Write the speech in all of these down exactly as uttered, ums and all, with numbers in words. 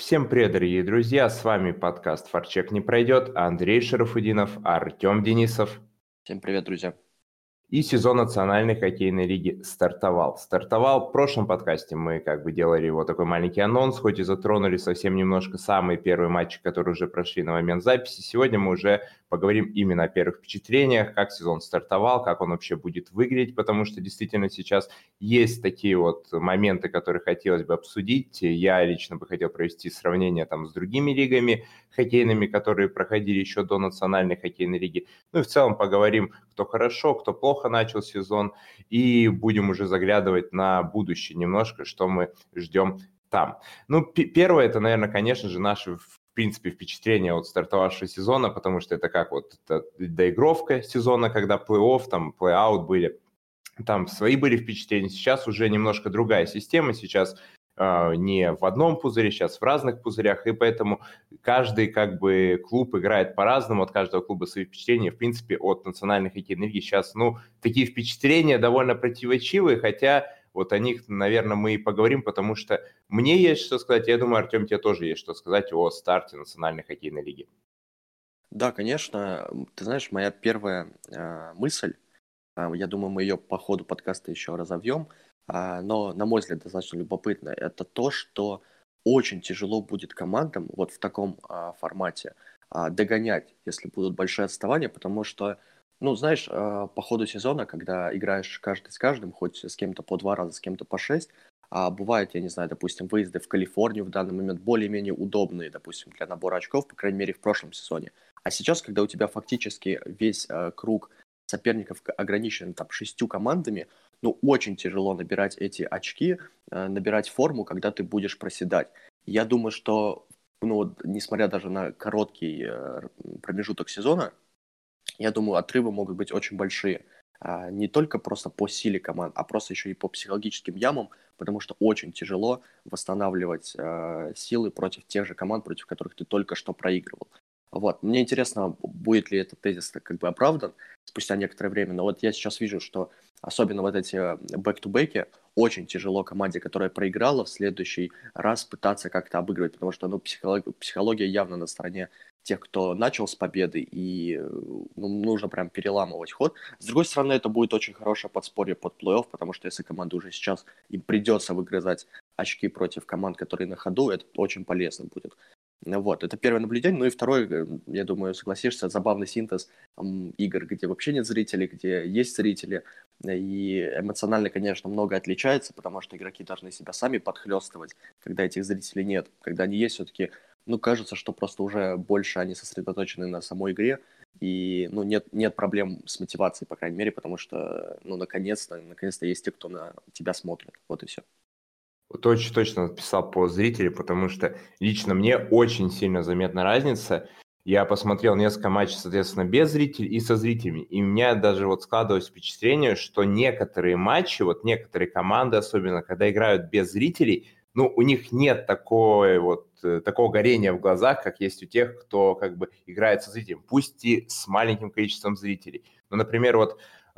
Всем привет, дорогие друзья, с вами подкаст «Форчек не пройдет», Андрей Шарафутдинов, Артем Денисов. Всем привет, друзья. И сезон Национальной хоккейной лиги стартовал. Стартовал в прошлом подкасте, мы как бы делали его такой маленький анонс, хоть и затронули совсем немножко самые первые матчи, которые уже прошли на момент записи. Сегодня мы уже поговорим именно о первых впечатлениях, как сезон стартовал, как он вообще будет выглядеть, потому что действительно сейчас есть такие вот моменты, которые хотелось бы обсудить. Я лично бы хотел провести сравнение там с другими лигами хоккейными, которые проходили еще до Национальной хоккейной лиги. Ну и в целом поговорим, кто хорошо, кто плохо начал сезон, и будем уже заглядывать на будущее немножко, что мы ждем там. Ну, п- первое, это, наверное, конечно же, наши, в принципе, впечатления от стартовавшего сезона, потому что это как вот это доигровка сезона, когда плей-офф, там, плей-аут были, там свои были впечатления. Сейчас уже немножко другая система, сейчас Uh, не в одном пузыре, сейчас в разных пузырях, и поэтому каждый как бы клуб играет по-разному, от каждого клуба свои впечатления. В принципе, от Национальной хоккейной лиги сейчас, ну, такие впечатления довольно противоречивые, хотя вот о них, наверное, мы и поговорим, потому что мне есть что сказать, я думаю, Артем, тебе тоже есть что сказать о старте Национальной хоккейной лиги. Да, конечно. Ты знаешь, моя первая э, мысль, э, я думаю, мы ее по ходу подкаста еще разовьем, э, но, на мой взгляд, достаточно любопытно, это то, что очень тяжело будет командам вот в таком э, формате э, догонять, если будут большие отставания, потому что, ну, знаешь, э, по ходу сезона, когда играешь каждый с каждым, хоть с кем-то по два раза, с кем-то по шесть, а бывают, я не знаю, допустим, выезды в Калифорнию в данный момент более-менее удобные, допустим, для набора очков, по крайней мере, в прошлом сезоне. А сейчас, когда у тебя фактически весь э, круг соперников ограничен там шестью командами, ну, очень тяжело набирать эти очки, э, набирать форму, когда ты будешь проседать. Я думаю, что, ну, вот, несмотря даже на короткий э, промежуток сезона, я думаю, отрывы могут быть очень большие. А, не только просто по силе команд, а просто еще и по психологическим ямам, потому что очень тяжело восстанавливать э, силы против тех же команд, против которых ты только что проигрывал. Вот. Мне интересно, будет ли этот тезис как бы оправдан спустя некоторое время, но вот я сейчас вижу, что особенно вот эти бэк-ту-бэки очень тяжело команде, которая проиграла, в следующий раз пытаться как-то обыгрывать, потому что ну, психолог... психология явно на стороне тех, кто начал с победы, и ну, нужно прям переламывать ход. С другой стороны, это будет очень хорошее подспорье под плей-офф, потому что если команда уже сейчас им придется выгрызать очки против команд, которые на ходу, это очень полезно будет. Вот, это первое наблюдение. Ну и второе, я думаю, согласишься, забавный синтез там, игр, где вообще нет зрителей, где есть зрители. И эмоционально, конечно, много отличается, потому что игроки должны себя сами подхлестывать, когда этих зрителей нет. Когда они есть, все-таки, ну, кажется, что просто уже больше они сосредоточены на самой игре, и, ну, нет, нет проблем с мотивацией, по крайней мере, потому что, ну, наконец-то, наконец-то есть те, кто на тебя смотрит. Вот и все. Вот очень точно написал по зрителям, потому что лично мне очень сильно заметна разница. Я посмотрел несколько матчей, соответственно, без зрителей и со зрителями. И у меня даже вот складывалось впечатление, что некоторые матчи, вот некоторые команды, особенно когда играют без зрителей, ну, у них нет такой вот, такого горения в глазах, как есть у тех, кто как бы играет со зрителем, пусть и с маленьким количеством зрителей. Ну, например, вот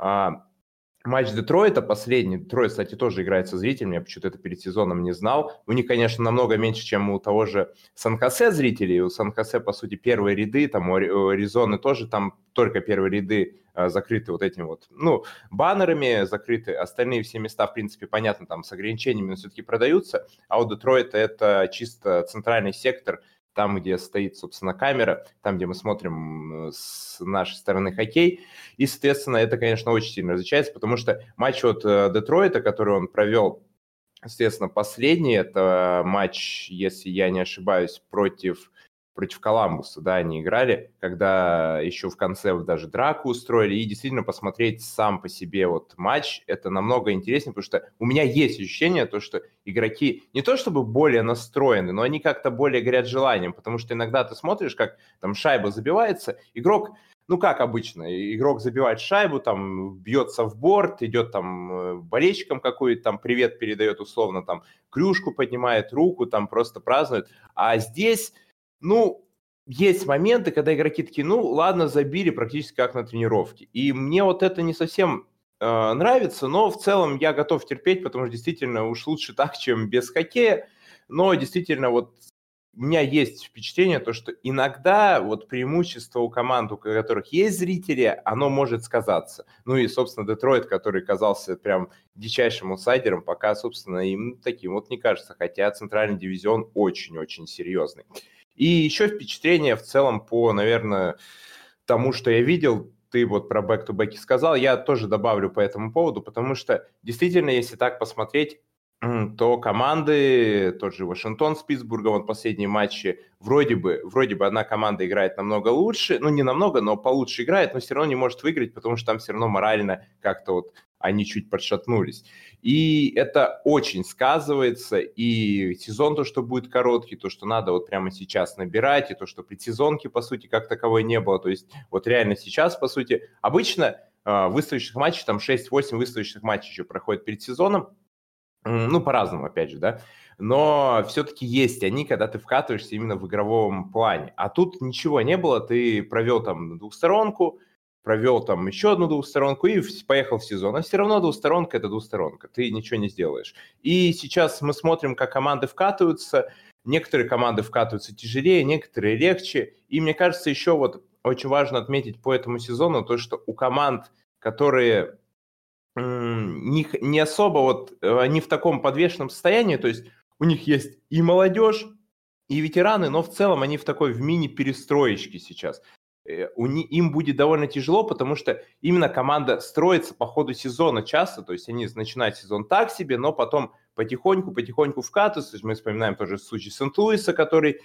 матч Детройта последний, Детройт, кстати, тоже играет со зрителями, я почему-то это перед сезоном не знал. У них, конечно, намного меньше, чем у того же Сан-Хосе зрителей. У Сан-Хосе, по сути, первые ряды, там у Аризоны тоже там только первые ряды а, закрыты вот этими вот, ну, баннерами закрыты. Остальные все места, в принципе, понятно, там с ограничениями, но все-таки продаются. А у Детройта это чисто центральный сектор, там, где стоит, собственно, камера, там, где мы смотрим с нашей стороны хоккей. И, соответственно, это, конечно, очень сильно различается, потому что матч от Детройта, который он провел, соответственно, последний, это матч, если я не ошибаюсь, против, против Коламбуса, да, они играли, когда еще в конце даже драку устроили, и действительно посмотреть сам по себе вот матч, это намного интереснее, потому что у меня есть ощущение, то, что игроки не то чтобы более настроены, но они как-то более горят желанием, потому что иногда ты смотришь, как там шайба забивается, игрок, ну, как обычно, игрок забивает шайбу, там, бьется в борт, идет там болельщикам какой-то там привет передает условно, там, кружку поднимает, руку, там, просто празднует. А здесь, ну, есть моменты, когда игроки такие, ну, ладно, забили практически как на тренировке. И мне вот это не совсем э, нравится, но в целом я готов терпеть, потому что действительно уж лучше так, чем без хоккея. Но действительно вот у меня есть впечатление, то, что иногда вот преимущество у команд, у которых есть зрители, оно может сказаться. Ну и, собственно, Детройт, который казался прям дичайшим аутсайдером, пока, собственно, им таким вот не кажется, хотя центральный дивизион очень-очень серьезный. И еще впечатление в целом по, наверное, тому, что я видел, ты вот про бэк-ту-бэки сказал, я тоже добавлю по этому поводу, потому что действительно, если так посмотреть, то команды, тот же Вашингтон с Питтсбургом, вот последние матчи, вроде бы, вроде бы одна команда играет намного лучше, ну не намного, но получше играет, но все равно не может выиграть, потому что там все равно морально как-то вот они чуть подшатнулись. И это очень сказывается, и сезон то, что будет короткий, то, что надо вот прямо сейчас набирать, и то, что предсезонки, по сути, как таковой не было, то есть вот реально сейчас, по сути, обычно э, выставочных матчей, там шесть-восемь выставочных матчей еще проходит перед сезоном, ну, по-разному, опять же, да, но все-таки есть они, когда ты вкатываешься именно в игровом плане. А тут ничего не было, ты провел там двухсторонку, провел там еще одну двухсторонку и поехал в сезон. А все равно двухсторонка – это двухсторонка, ты ничего не сделаешь. И сейчас мы смотрим, как команды вкатываются. Некоторые команды вкатываются тяжелее, некоторые легче. И мне кажется, еще вот очень важно отметить по этому сезону то, что у команд, которые... Не, не особо вот они в таком подвешенном состоянии, то есть у них есть и молодежь, и ветераны, но в целом они в такой в мини-перестроечке сейчас. У не, им будет довольно тяжело, потому что именно команда строится по ходу сезона часто, то есть они начинают сезон так себе, но потом потихоньку-потихоньку вкатываются. То есть мы вспоминаем тоже случай Сент-Луиса, который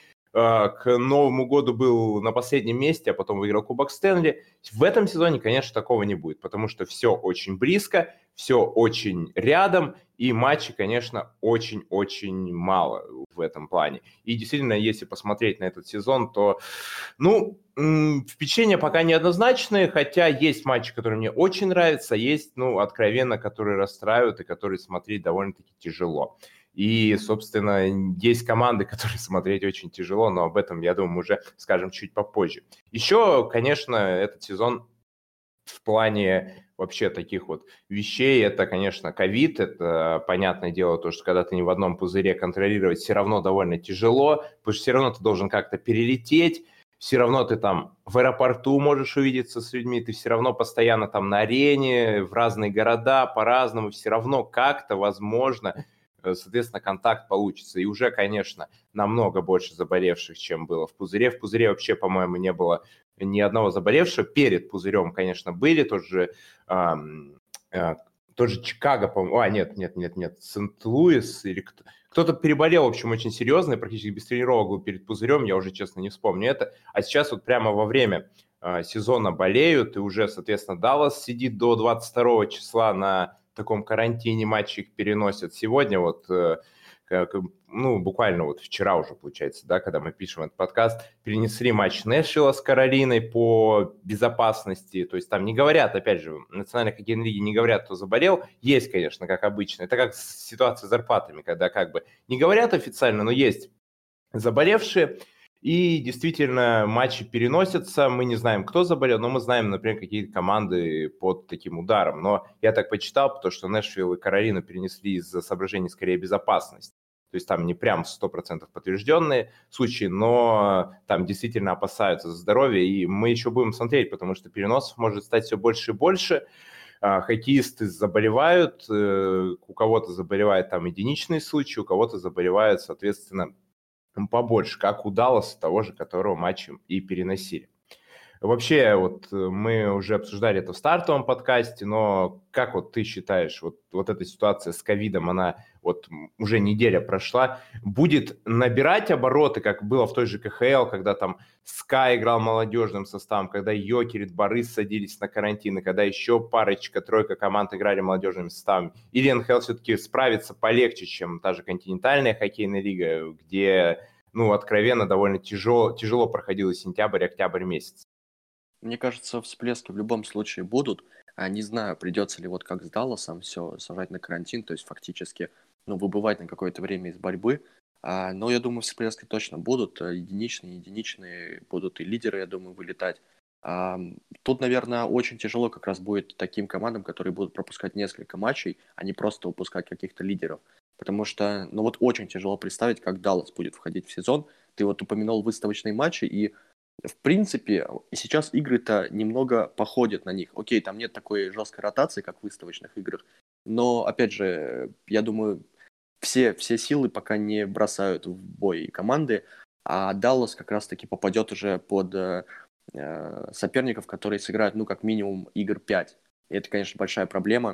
к Новому году был на последнем месте, а потом выиграл Кубок Стэнли. В этом сезоне, конечно, такого не будет, потому что все очень близко, все очень рядом, и матчей, конечно, очень-очень мало в этом плане. И действительно, если посмотреть на этот сезон, то, ну, впечатления пока неоднозначные, хотя есть матчи, которые мне очень нравятся, есть, ну, откровенно, которые расстраивают и которые смотреть довольно-таки тяжело. И, собственно, есть команды, которые смотреть очень тяжело, но об этом, я думаю, мы уже скажем чуть попозже. Еще, конечно, этот сезон в плане вообще таких вот вещей, это, конечно, ковид, это, понятное дело, то, что когда ты не в одном пузыре контролировать, все равно довольно тяжело, потому что все равно ты должен как-то перелететь, все равно ты там в аэропорту можешь увидеться с людьми, ты все равно постоянно там на арене, в разные города, по-разному, все равно как-то, возможно, соответственно, контакт получится. И уже, конечно, намного больше заболевших, чем было в пузыре. В пузыре вообще, по-моему, не было ни одного заболевшего. Перед пузырем, конечно, были. Тот же, э, э, тот же Чикаго, по-моему. А, нет, нет, нет, нет. Сент-Луис или кто- кто-то переболел, в общем, очень серьезно, практически без тренировок был перед пузырем. Я уже, честно, не вспомню это. А сейчас вот прямо во время э, сезона болеют. И уже, соответственно, Даллас сидит до двадцать второго числа на таком карантине, матчи их переносят. Сегодня вот, как, ну, буквально вот вчера уже, получается, да, когда мы пишем этот подкаст, перенесли матч Нэшвилла с Каролиной по безопасности. То есть там не говорят, опять же, в Национальной хоккейной лиге не говорят, кто заболел. Есть, конечно, как обычно. Это как ситуация с зарплатами, когда как бы не говорят официально, но есть заболевшие. И действительно, матчи переносятся, мы не знаем, кто заболел, но мы знаем, например, какие команды под таким ударом. Но я так почитал, потому что Нэшвилл и Каролина перенесли из-за соображений скорее безопасности. То есть там не прям сто процентов подтвержденные случаи, но там действительно опасаются за здоровье. И мы еще будем смотреть, потому что переносов может стать все больше и больше. Хоккеисты заболевают, у кого-то заболевают там единичные случаи, у кого-то заболевают, соответственно, побольше, как у Далласа, того же, которого матчи и переносили. Вообще, вот мы уже обсуждали это в стартовом подкасте, но как вот ты считаешь, вот, вот эта ситуация с ковидом, она вот уже неделя прошла, будет набирать обороты, как было в той же ка ха эл, когда там Ска играл молодежным составом, когда Йокерит, Борис садились на карантин, и когда еще парочка, тройка команд играли молодежными составами? Или эн ха эл все-таки справится полегче, чем та же континентальная хоккейная лига, где, ну, откровенно, довольно тяжело, тяжело проходил сентябрь, октябрь месяц? Мне кажется, всплески в любом случае будут. А не знаю, придется ли вот как с Далласом все сажать на карантин, то есть фактически, ну, выбывать на какое-то время из борьбы. А, но я думаю, всплески точно будут. Единичные, единичные будут и лидеры, я думаю, вылетать. А, тут, наверное, очень тяжело как раз будет таким командам, которые будут пропускать несколько матчей, а не просто выпускать каких-то лидеров. Потому что, ну вот очень тяжело представить, как Даллас будет входить в сезон. ты вот упомянул выставочные матчи, и в принципе сейчас игры-то немного походят на них. Окей, там нет такой жесткой ротации, как в выставочных играх, но, опять же, я думаю, все, все силы пока не бросают в бой команды, а Даллас как раз-таки попадет уже под э, э, соперников, которые сыграют, ну, как минимум, игр пять. И это, конечно, большая проблема,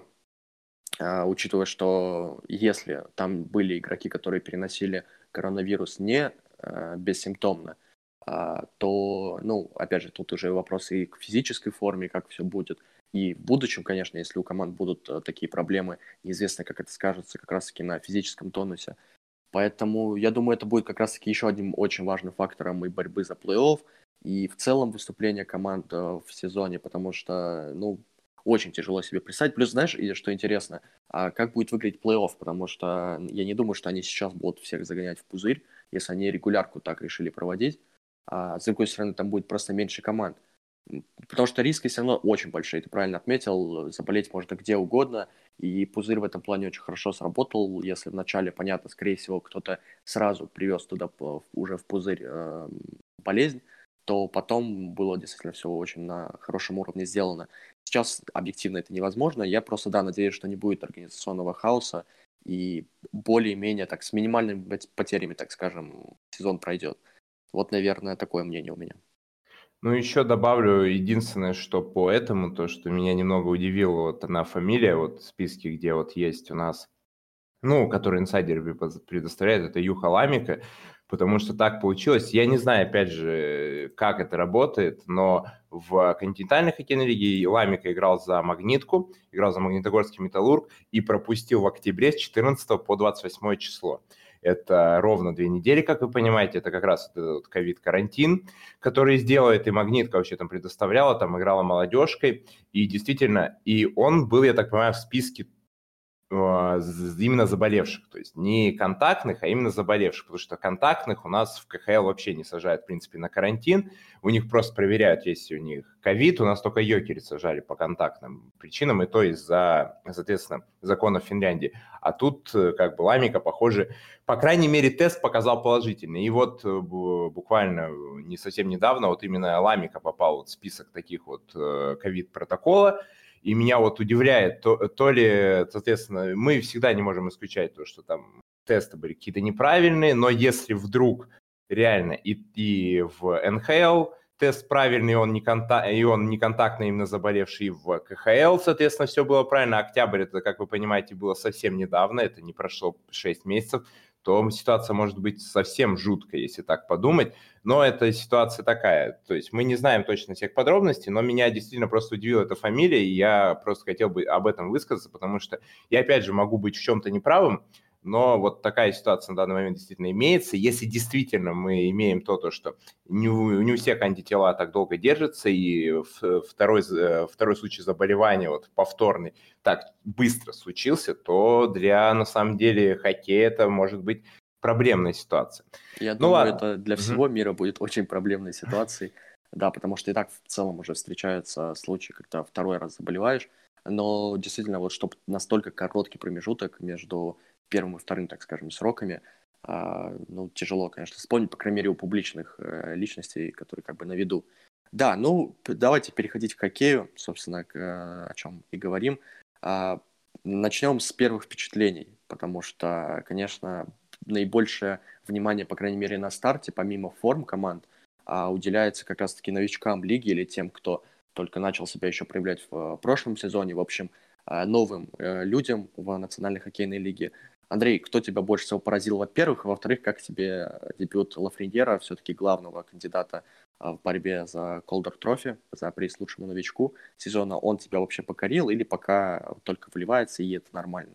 э, учитывая, что если там были игроки, которые переносили коронавирус не э, бессимптомно, э, то, ну, опять же, тут уже вопросы и к физической форме, как все будет, и в будущем, конечно, если у команд будут э, такие проблемы, неизвестно, как это скажется как раз-таки на физическом тонусе. Поэтому я думаю, это будет как раз-таки еще одним очень важным фактором и борьбы за плей-офф, и в целом выступления команд э, в сезоне, потому что, ну, очень тяжело себе представить. Плюс, знаешь, и что интересно, а как будет выглядеть плей-офф, потому что я не думаю, что они сейчас будут всех загонять в пузырь, если они регулярку так решили проводить. А с другой стороны, там будет просто меньше команд. Потому что риски все равно очень большие, ты правильно отметил, заболеть можно где угодно, и пузырь в этом плане очень хорошо сработал. Если вначале, понятно, скорее всего, кто-то сразу привез туда уже в пузырь э, болезнь, то потом было действительно все очень на хорошем уровне сделано. Сейчас объективно это невозможно, я просто, да, надеюсь, что не будет организационного хаоса, и более-менее так с минимальными потерями, так скажем, сезон пройдет. Вот, наверное, такое мнение у меня. Ну, еще добавлю единственное, что по этому, то, что меня немного удивило, вот одна фамилия вот в списке, где вот есть у нас, ну, который инсайдер предоставляет, это Юха Ламика, потому что так получилось. Я не знаю, опять же, как это работает, но в континентальной хоккейной лиге Ламика играл за Магнитку, играл за Магнитогорский Металлург и пропустил в октябре с четырнадцатого по двадцать восьмое число. Это ровно две недели, как вы понимаете, это как раз этот ковид-карантин, который сделает, и Магнитка вообще там предоставляла, там играла молодежкой, и действительно, и он был, я так понимаю, в списке именно заболевших, то есть не контактных, а именно заболевших, потому что контактных у нас в ка ха эл вообще не сажают, в принципе, на карантин, у них просто проверяют, если у них ковид, у нас только йокери сажали по контактным причинам, и то из-за, соответственно, законов Финляндии, а тут как бы Ламика, похоже, по крайней мере, тест показал положительный, и вот буквально не совсем недавно вот именно Ламика попал в список таких вот ковид-протокола. И меня вот удивляет, то, то ли, соответственно, мы всегда не можем исключать то, что там тесты были какие-то неправильные, но если вдруг реально и, и в эн ха эл тест правильный, он не контак, и он не контактный именно заболевший, и в ка ха эл, соответственно, все было правильно. Октябрь, это, как вы понимаете, было совсем недавно, это не прошло шесть месяцев, то ситуация может быть совсем жуткая, если так подумать. Но эта ситуация такая. То есть мы не знаем точно всех подробностей, но меня действительно просто удивила эта фамилия, и я просто хотел бы об этом высказаться, потому что я, опять же, могу быть в чем-то неправым, но вот такая ситуация на данный момент действительно имеется. Если действительно мы имеем то, то что не у, не у всех антитела так долго держатся, и второй, второй случай заболевания, вот повторный, так быстро случился, то для, на самом деле, хоккея это может быть проблемная ситуация. Я ну, думаю, ладно. это для всего угу. мира будет очень проблемной ситуацией. Да, потому что и так в целом уже встречаются случаи, когда второй раз заболеваешь, но действительно, вот чтобы настолько короткий промежуток между первым и вторым, так скажем, сроками, а, ну, тяжело, конечно, вспомнить, по крайней мере, у публичных э, личностей, которые как бы на виду. Да, ну, давайте переходить к хоккею, собственно, к, о чем и говорим. А, начнем с первых впечатлений, потому что, конечно, наибольшее внимание, по крайней мере, на старте, помимо форм команд, а, уделяется как раз-таки новичкам лиги или тем, кто только начал себя еще проявлять в прошлом сезоне, в общем, новым э, людям в Национальной хоккейной лиге. Андрей, кто тебя больше всего поразил, во-первых, а во-вторых, как тебе дебют Лафреньера, все-таки главного кандидата в борьбе за Calder Trophy, за приз лучшему новичку сезона, он тебя вообще покорил или пока только вливается и это нормально?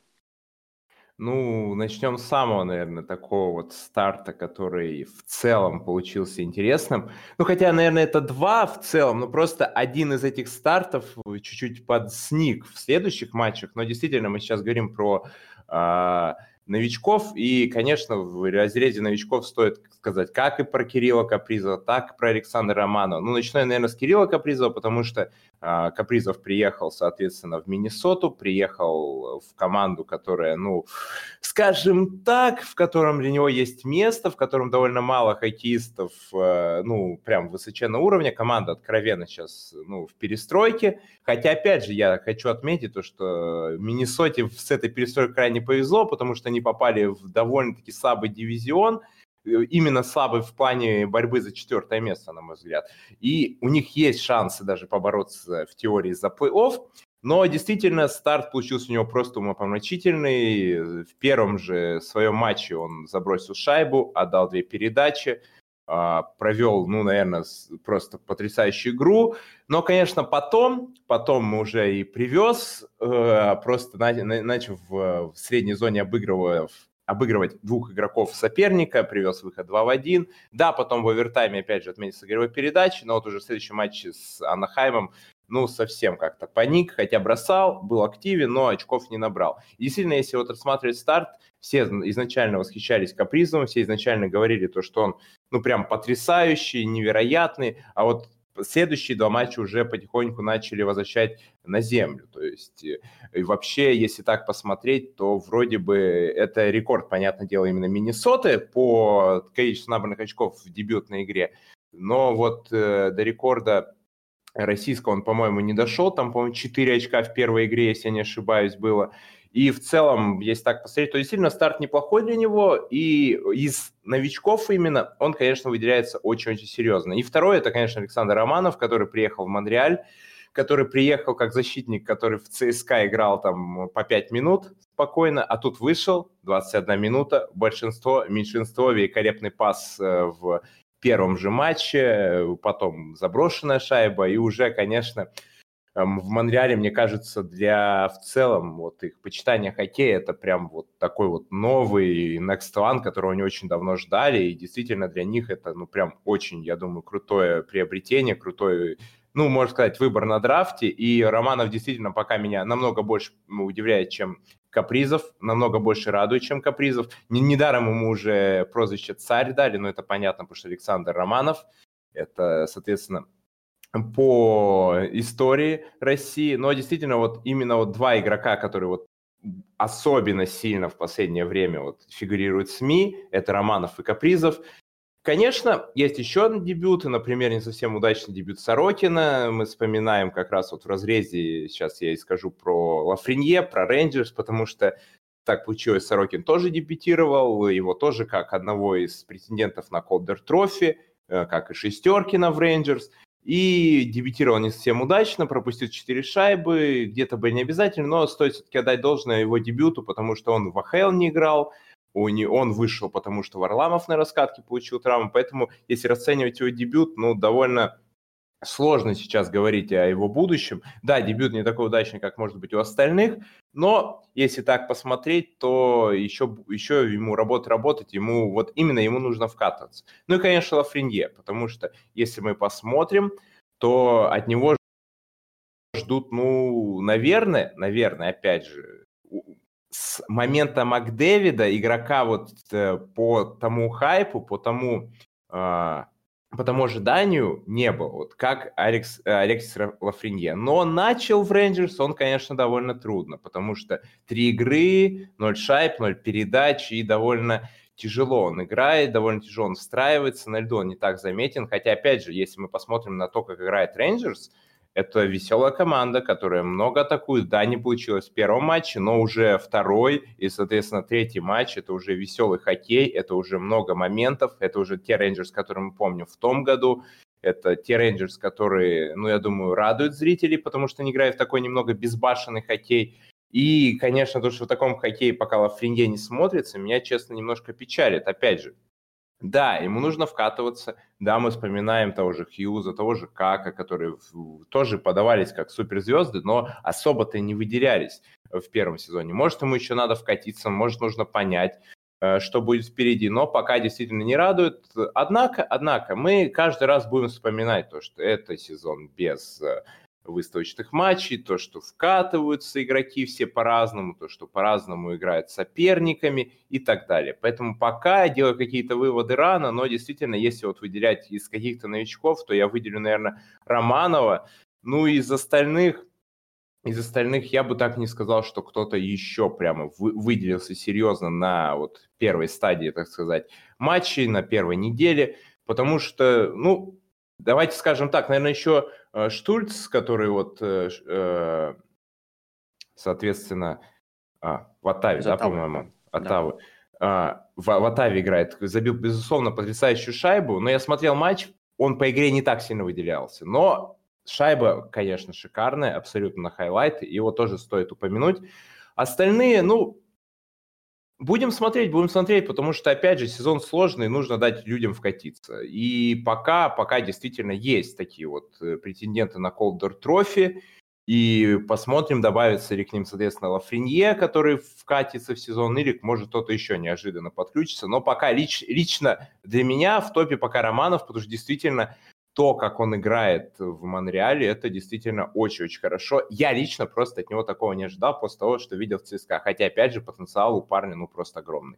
Ну, начнем с самого, наверное, такого вот старта, который в целом получился интересным. Ну, хотя, наверное, это два в целом, но просто один из этих стартов чуть-чуть подсник в следующих матчах. Но действительно, мы сейчас говорим про э, новичков, и, конечно, в разрезе новичков стоит сказать как и про Кирилла Капризова, так и про Александра Романова. Ну, начинаю, наверное, с Кирилла Капризова, потому что Капризов приехал, соответственно, в Миннесоту, приехал в команду, которая, ну, скажем так, в котором для него есть место, в котором довольно мало хоккеистов, ну, прям высоченного уровня. Команда откровенно сейчас, ну, в перестройке. Хотя, опять же, я хочу отметить то, что Миннесоте с этой перестройкой крайне повезло, потому что они попали в довольно-таки слабый дивизион, именно слабый в плане борьбы за четвертое место, на мой взгляд. И у них есть шансы даже побороться в теории за плей-офф. Но действительно старт получился у него просто умопомрачительный. В первом же своем матче он забросил шайбу, отдал две передачи, провел, ну, наверное, просто потрясающую игру. Но, конечно, потом, потом уже и привез, просто начав в средней зоне обыгрывая обыгрывать двух игроков соперника, привез выход два в один. Да, потом в овертайме опять же отметился игровой передачи, но вот уже в следующем матче с Анахаймом, ну, совсем как-то паник, хотя бросал, был активен, но очков не набрал. И действительно, если вот рассматривать старт, все изначально восхищались Капризовым, все изначально говорили то, что он, ну, прям потрясающий, невероятный, а вот следующие два матча уже потихоньку начали возвращать на землю. То есть и вообще, если так посмотреть, то вроде бы это рекорд, понятное дело, именно Миннесоты по количеству набранных очков в дебютной игре. Но вот э, до рекорда российского он, по-моему, не дошел. Там, по-моему, четыре очка в первой игре, если я не ошибаюсь, было. И в целом, если так посмотреть, то действительно старт неплохой для него. И из новичков именно он, конечно, выделяется очень-очень серьезно. И второй, это, конечно, Александр Романов, который приехал в Монреаль, который приехал как защитник, который в ЦСКА играл там по пять минут спокойно, а тут вышел, двадцать одна минута, большинство, меньшинство, великолепный пас в первом же матче, потом заброшенная шайба, и уже, конечно, в Монреале, мне кажется, для в целом вот их почитания хоккея это прям вот такой вот новый next one, которого они очень давно ждали, и действительно для них это, ну, прям очень, я думаю, крутое приобретение, крутой, ну, можно сказать, выбор на драфте, и Романов действительно пока меня намного больше удивляет, чем Капризов, намного больше радует, чем Капризов. Недаром ему уже прозвище «Царь» дали, но это понятно, потому что Александр Романов, это, соответственно, по истории России, но действительно вот именно вот два игрока, которые вот особенно сильно в последнее время вот фигурируют в СМИ, это Романов и Капризов. Конечно, есть еще дебюты, например, не совсем удачный дебют Сорокина. Мы вспоминаем как раз вот в разрезе, сейчас я и скажу про Лафренье, про Рейнджерс, потому что так получилось, Сорокин тоже дебютировал, его тоже как одного из претендентов на Calder Trophy, как и Шестеркина в Рейнджерс. И дебютировал не совсем удачно, пропустил четыре шайбы, где-то были не обязательно, но стоит все-таки отдать должное его дебюту, потому что он в АХЛ не играл, он вышел, потому что Варламов на раскатке получил травму, поэтому если расценивать его дебют, ну, довольно сложно сейчас говорить о его будущем. Да, дебют не такой удачный, как может быть у остальных, но если так посмотреть, то еще, еще ему работать, работать, ему вот именно ему нужно вкатываться. Ну и, конечно, Лафренье, потому что если мы посмотрим, то от него ждут, ну, наверное, наверное, опять же, с момента Макдэвида, игрока вот по тому хайпу, по тому... по тому ожиданию не было, вот как Алекс, Алексис Лафренье. Но начал в Рейнджерс он, конечно, довольно трудно, потому что три игры, ноль шайб, ноль передач, и довольно тяжело он играет, довольно тяжело он встраивается, на льду он не так заметен. Хотя, опять же, если мы посмотрим на то, как играет Рейнджерс, это веселая команда, которая много атакует. Да, не получилось в первом матче, но уже второй и, соответственно, третий матч. Это уже веселый хоккей, это уже много моментов. Это уже те Рейнджерс, которые мы помним в том году. Это те Рейнджерс, которые, ну, я думаю, радуют зрителей, потому что они играют в такой немного безбашенный хоккей. И, конечно, то, что в таком хоккее пока Лафренье не смотрится, меня, честно, немножко печалит. Опять же, да, ему нужно вкатываться. Да, мы вспоминаем того же Хьюза, того же Кака, которые тоже подавались как суперзвезды, но особо-то не выделялись в первом сезоне. Может, ему еще надо вкатиться, может, нужно понять, что будет впереди, но пока действительно не радует. Однако, однако, мы каждый раз будем вспоминать то, что это сезон без выставочных матчей, то, что вкатываются игроки все по-разному, то, что по-разному играют с соперниками и так далее. Поэтому пока я делаю какие-то выводы рано, но действительно, если вот выделять из каких-то новичков, то я выделю, наверное, Романова. Ну, из остальных, из остальных я бы так не сказал, что кто-то еще прямо вы, выделился серьезно на вот первой стадии, так сказать, матчей, на первой неделе, потому что, ну, давайте скажем так, наверное, еще э, Штульц, который вот, э, э, соответственно, а, в Оттаве, Из да, Оттавы, да. по-моему, Да. Оттавы, а, в, в Оттаве играет, забил, безусловно, потрясающую шайбу, но я смотрел матч, он по игре не так сильно выделялся, но шайба, конечно, шикарная, абсолютно на хайлайт, его тоже стоит упомянуть. Остальные, ну, будем смотреть, будем смотреть, потому что, опять же, сезон сложный, нужно дать людям вкатиться. И пока, пока действительно есть такие вот э, претенденты на Calder Trophy, и посмотрим, добавится ли к ним, соответственно, Лафренье, который вкатится в сезон, или может кто-то еще неожиданно подключится. Но пока лич, лично для меня в топе пока Романов, потому что действительно то, как он играет в Монреале, это действительно очень-очень хорошо. Я лично просто от него такого не ожидал после того, что видел в ЦСКА. Хотя, опять же, потенциал у парня ну просто огромный.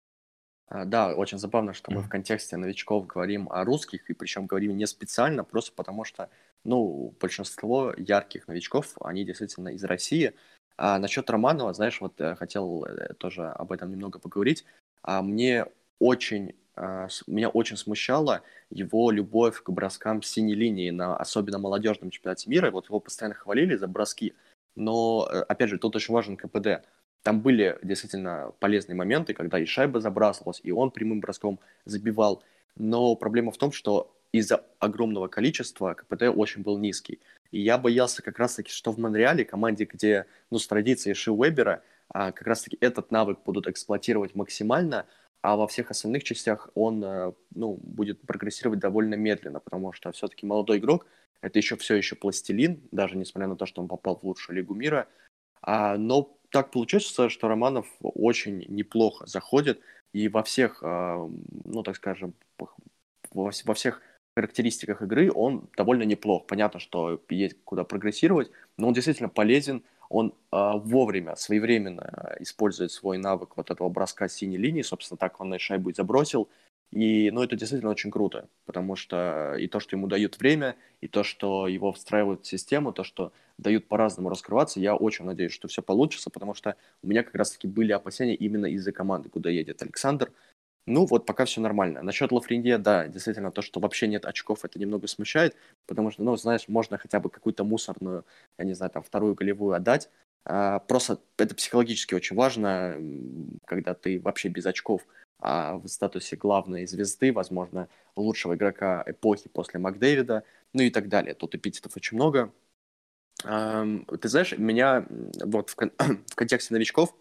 А, Да, очень забавно, что мы в контексте новичков говорим о русских, и причем говорим не специально, просто потому что, ну, большинство ярких новичков, они действительно из России. А насчет Романова, знаешь, вот э, хотел э, тоже об этом немного поговорить. А мне очень, а, с- меня очень смущала его любовь к броскам с синей линии на особенно молодежном чемпионате мира. Вот его постоянно хвалили за броски, но, э, опять же, тут очень важен ка пэ дэ. Там были действительно полезные моменты, когда и шайба забрасывалась, и он прямым броском забивал. Но проблема в том, что из-за огромного количества ка пэ дэ очень был низкий. И я боялся как раз-таки, что в Монреале, команде, где, ну, с традицией Ши Уэбера, а, как раз-таки этот навык будут эксплуатировать максимально, а во всех остальных частях он, э, ну, будет прогрессировать довольно медленно, потому что все-таки молодой игрок, это еще все еще пластилин, даже несмотря на то, что он попал в лучшую лигу мира, а, но так получается, что Романов очень неплохо заходит и во всех, а, ну, так скажем, пох- во, вс- во всех характеристиках игры он довольно неплох. Понятно, что есть куда прогрессировать, но он действительно полезен, он а, вовремя, своевременно а, использует свой навык вот этого броска с синей линии, собственно, так он и шайбу и забросил. И, ну, это действительно очень круто, потому что и то, что ему дают время, и то, что его встраивают в систему, то, что дают по-разному раскрываться. Я очень надеюсь, что все получится, потому что у меня как раз-таки были опасения именно из-за команды, куда едет Александр. Ну, вот пока все нормально. Насчет Лафренье, да, действительно, то, что вообще нет очков, это немного смущает, потому что, ну, знаешь, можно хотя бы какую-то мусорную, я не знаю, там, вторую голевую отдать. А, просто это психологически очень важно, м, когда ты вообще без очков, а в статусе главной звезды, возможно, лучшего игрока эпохи после Макдэвида, ну и так далее. Тут эпитетов очень много. Ам, ты знаешь, меня м, вот в, кон- в контексте новичков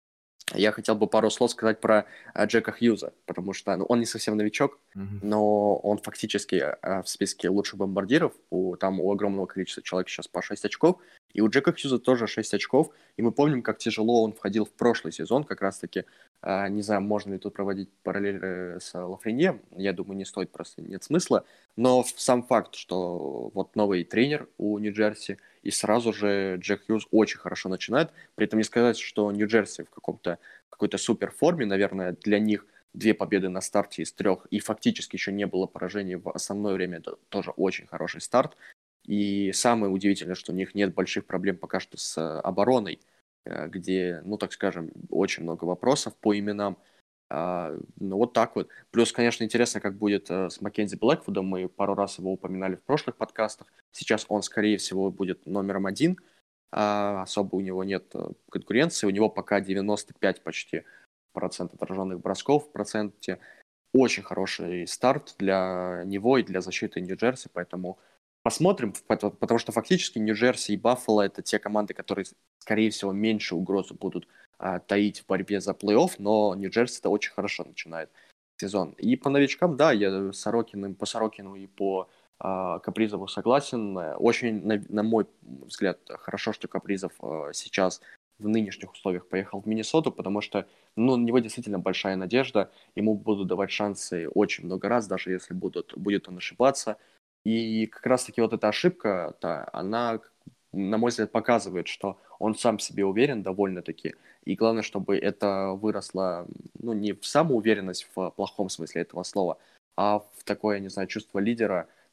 я хотел бы пару слов сказать про а, Джека Хьюза, потому что ну, он не совсем новичок, Мгм. но он фактически а, в списке лучших бомбардиров. У, там у огромного количества человек сейчас по шесть очков, и у Джека Хьюза тоже шесть очков. И мы помним, как тяжело он входил в прошлый сезон, как раз-таки, а, не знаю, можно ли тут проводить параллель э, с Лафренье, я думаю, не стоит, просто нет смысла. Но сам факт, что вот новый тренер у Нью-Джерси, и сразу же Джек Хьюз очень хорошо начинает. При этом не сказать, что Нью-Джерси в каком-то какой-то супер форме, наверное, для них две победы на старте из трех, и фактически еще не было поражений в основное время, это тоже очень хороший старт. И самое удивительное, что у них нет больших проблем пока что с э, обороной, э, где, ну, так скажем, очень много вопросов по именам. А, ну, вот так вот. Плюс, конечно, интересно, как будет э, с Маккензи Блэквудом. Мы пару раз его упоминали в прошлых подкастах. Сейчас он, скорее всего, будет номером один. А, особо у него нет э, конкуренции. У него пока девяносто пять почти процент отраженных бросков в проценте. Очень хороший старт для него и для защиты Нью-Джерси, поэтому посмотрим, пот- потому что фактически Нью-Джерси и Баффало — это те команды, которые, скорее всего, меньше угрозы будут а, таить в борьбе за плей-офф, но Нью-Джерси это очень хорошо начинает сезон. И по новичкам, да, я с Сорокиным, по Сорокину и по а, Капризову согласен. Э, Очень, на, на мой взгляд, хорошо, что Капризов а, сейчас в нынешних условиях поехал в Миннесоту, потому что ну, на него действительно большая надежда, ему будут давать шансы очень много раз, даже если будут, будет он ошибаться. И как раз-таки вот эта ошибка, -то, она, на мой взгляд, показывает, что он сам в себе уверен довольно-таки. И главное, чтобы это выросло, ну, не в самоуверенность в плохом смысле этого слова, а в такое, не знаю, чувство лидера,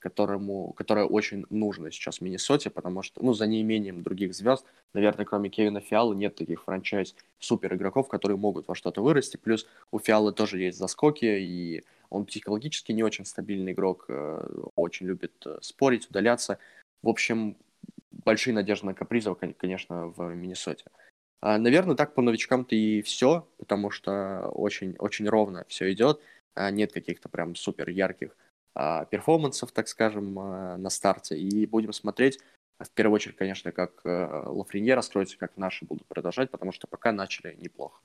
которому, которое очень нужно сейчас в Миннесоте, потому что, ну, за неимением других звезд, наверное, кроме Кевина Фиалы, нет таких франчайз супер игроков, которые могут во что-то вырасти. Плюс у Фиалы тоже есть заскоки, и он психологически не очень стабильный игрок, очень любит спорить, удаляться. В общем, большие надежды на Капризова, конечно, в Миннесоте. Наверное, так по новичкам-то и все, потому что очень, очень ровно все идет. Нет каких-то прям супер ярких перформансов, так скажем, на старте. И будем смотреть, в первую очередь, конечно, как Лафренье раскроется, как наши будут продолжать, потому что пока начали неплохо.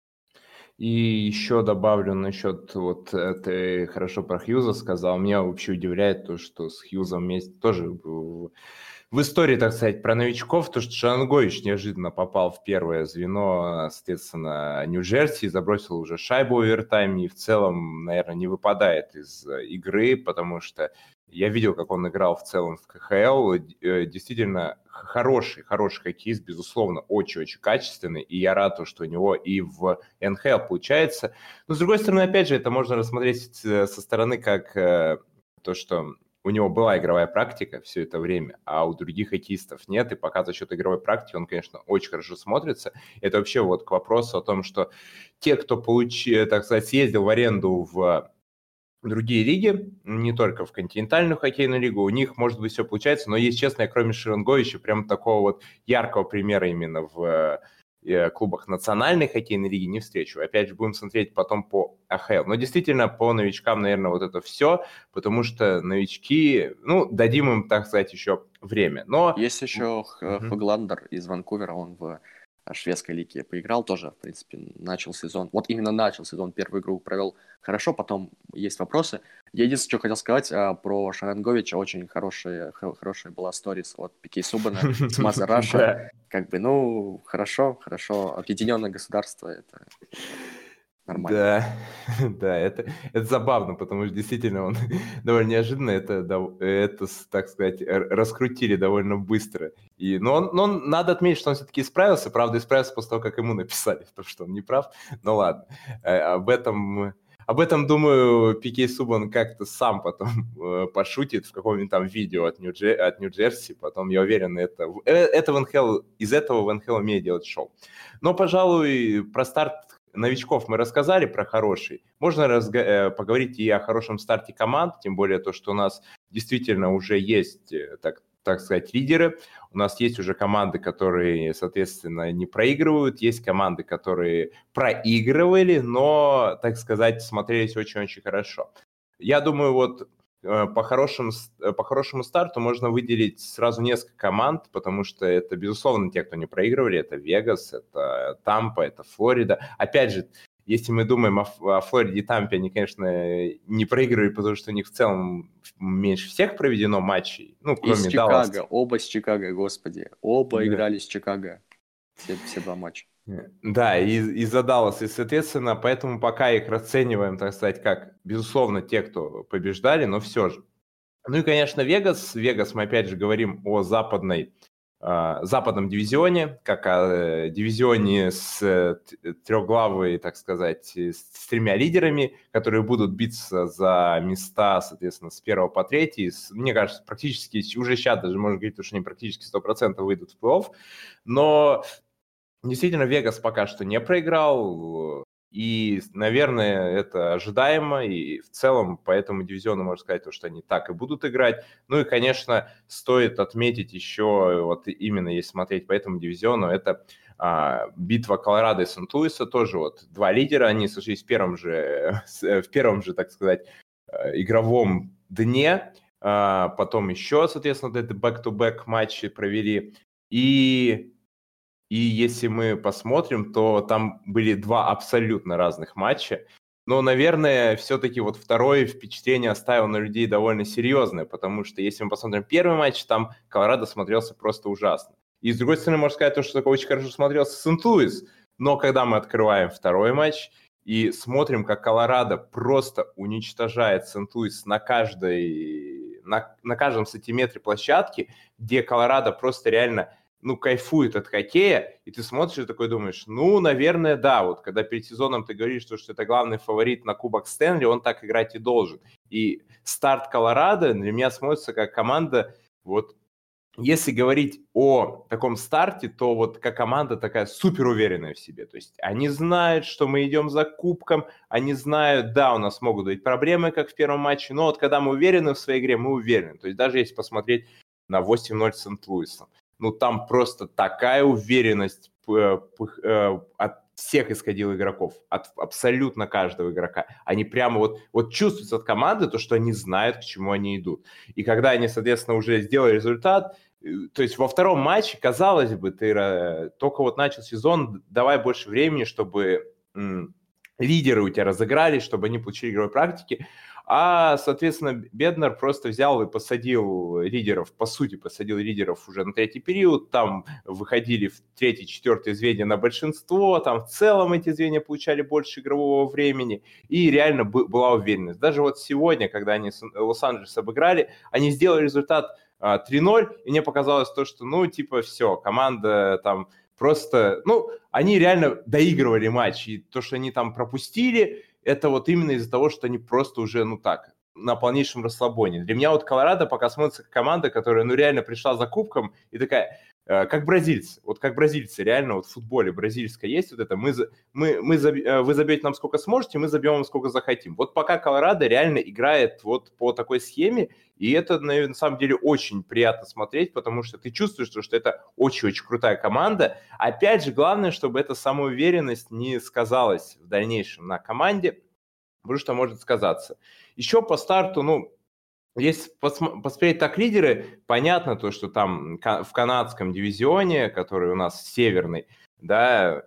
И еще добавлю насчет, вот ты хорошо про Хьюза сказал, меня вообще удивляет то, что с Хьюзом вместе тоже в, в истории, так сказать, про новичков, то, что Шангович неожиданно попал в первое звено, соответственно, Нью-Джерси, забросил уже шайбу в овертайме и в целом, наверное, не выпадает из игры, потому что я видел, как он играл в целом в ка ха эл, действительно хороший, хороший хоккеист, безусловно, очень-очень качественный, и я рад, что у него и в эн ха эл получается. Но, с другой стороны, опять же, это можно рассмотреть со стороны как то, что у него была игровая практика все это время, а у других хоккеистов нет, и пока за счет игровой практики он, конечно, очень хорошо смотрится. Это вообще вот к вопросу о том, что те, кто получил, так сказать, съездил в аренду в другие лиги, не только в континентальную хоккейную лигу, у них, может быть, все получается, но, если честно, я кроме Шеранговича прям такого вот яркого примера именно в э, клубах национальной хоккейной лиги не встречу. Опять же, будем смотреть потом по эй эйч эл. Но действительно, по новичкам, наверное, вот это все, потому что новички, ну, дадим им, так сказать, еще время. Но... Есть еще mm-hmm. Хогландер из Ванкувера, он в шведской лиге поиграл тоже, в принципе, начал сезон. Вот именно начал сезон, первую игру провел хорошо, потом есть вопросы. Я единственное, что хотел сказать а, про Шаранговича, очень хорошая, х- хорошая была сторис от Пикей Суббана с Маза Раша. Как бы, ну, хорошо, хорошо. Объединенное государство, это нормально. Да, да, это, это забавно, потому что действительно он довольно неожиданно это, это, так сказать, раскрутили довольно быстро. И, но, он, но он, надо отметить, что он все-таки исправился, правда, исправился после того, как ему написали, потому что он не прав, но ладно. Об этом, об этом думаю, Пикей Суббан как-то сам потом пошутит в каком-нибудь там видео от Нью-Джер- от Нью-Джерси, потом, я уверен, это, это в эн ха эл, из этого в эн ха эл умеет делать шоу. Но, пожалуй, про старт новичков мы рассказали про хороший. Можно разга- поговорить и о хорошем старте команд, тем более то, что у нас действительно уже есть, так, так сказать, лидеры. У нас есть уже команды, которые, соответственно, не проигрывают. Есть команды, которые проигрывали, но, так сказать, смотрелись очень-очень хорошо. Я думаю, вот по хорошему, по хорошему старту можно выделить сразу несколько команд, потому что это, безусловно, те, кто не проигрывали. Это Вегас, это Тампа, это Флорида. Опять же, если мы думаем о, о Флориде и Тампе, они, конечно, не проигрывали, потому что у них в целом меньше всех проведено матчей. Ну, кроме Из Чикаго, Далласа. оба с Чикаго, господи. Оба да. играли с Чикаго. Все, все два матча. Да, и, и за Даллас, и, соответственно, поэтому пока их расцениваем, так сказать, как, безусловно, те, кто побеждали, но все же. Ну и, конечно, Вегас. Вегас, мы опять же говорим о западной, э, западном дивизионе, как о э, дивизионе с э, трехглавой, так сказать, с тремя лидерами, которые будут биться за места, соответственно, с первого по третий. С, мне кажется, практически, уже сейчас даже можно говорить, что они практически сто процентов выйдут в плей-офф. Но действительно, Вегас пока что не проиграл, и, наверное, это ожидаемо, и в целом по этому дивизиону можно сказать, что они так и будут играть. Ну и, конечно, стоит отметить еще, вот именно если смотреть по этому дивизиону, это а, битва Колорадо и Сент-Луиса, тоже вот два лидера, они сошлись в первом же, в первом же, так сказать, игровом дне, а, потом еще, соответственно, это back-to-back матчи провели, и... И если мы посмотрим, то там были два абсолютно разных матча. Но, наверное, все-таки вот второе впечатление оставило на людей довольно серьезное, потому что если мы посмотрим первый матч, там Колорадо смотрелся просто ужасно. И с другой стороны, можно сказать, то, что такой очень хорошо смотрелся Сент-Луис. Но когда мы открываем второй матч и смотрим, как Колорадо просто уничтожает Сент-Луис на каждой, на, на каждом сантиметре площадки, где Колорадо просто реально... ну, кайфует от хоккея, и ты смотришь и такой думаешь, ну, наверное, да, вот когда перед сезоном ты говоришь, что, что это главный фаворит на Кубок Стэнли, он так играть и должен. И старт Колорадо для меня смотрится как команда, вот, если говорить о таком старте, то вот как команда такая супер уверенная в себе. То есть они знают, что мы идем за кубком, они знают, да, у нас могут быть проблемы, как в первом матче, но вот когда мы уверены в своей игре, мы уверены. То есть даже если посмотреть на восемь ноль с Сент-Луисом, ну там просто такая уверенность э, э, от всех исходил игроков, от абсолютно каждого игрока. Они прямо вот, вот чувствуются от команды то, что они знают, к чему они идут. И когда они, соответственно, уже сделали результат, то есть во втором матче, казалось бы, ты только вот начал сезон, давай больше времени, чтобы м, лидеры у тебя разыгрались, чтобы они получили игровой практики. А, соответственно, Беднар просто взял и посадил лидеров, по сути, посадил лидеров уже на третий период, там выходили в третье, четвертое звенья на большинство, там в целом эти звенья получали больше игрового времени, и реально была уверенность. Даже вот сегодня, когда они Лос-Анджелес обыграли, они сделали результат три ноль, и мне показалось то, что, ну, типа, все, команда там просто, ну, они реально доигрывали матч, и то, что они там пропустили, это вот именно из-за того, что они просто уже, ну так, на полнейшем расслабоне. Для меня вот Колорадо пока смотрится как команда, которая, ну, реально пришла за кубком и такая, э, как бразильцы, вот как бразильцы, реально вот в футболе бразильская есть вот это, мы, мы, мы заб, вы забьете нам сколько сможете, мы забьем вам сколько захотим. Вот пока Колорадо реально играет вот по такой схеме, и это, наверное, на самом деле очень приятно смотреть, потому что ты чувствуешь, что это очень-очень крутая команда. Опять же, главное, чтобы эта самоуверенность не сказалась в дальнейшем на команде, потому что может сказаться. Еще по старту, ну, если посмотреть так лидеры, понятно то, что там в канадском дивизионе, который у нас северный, да,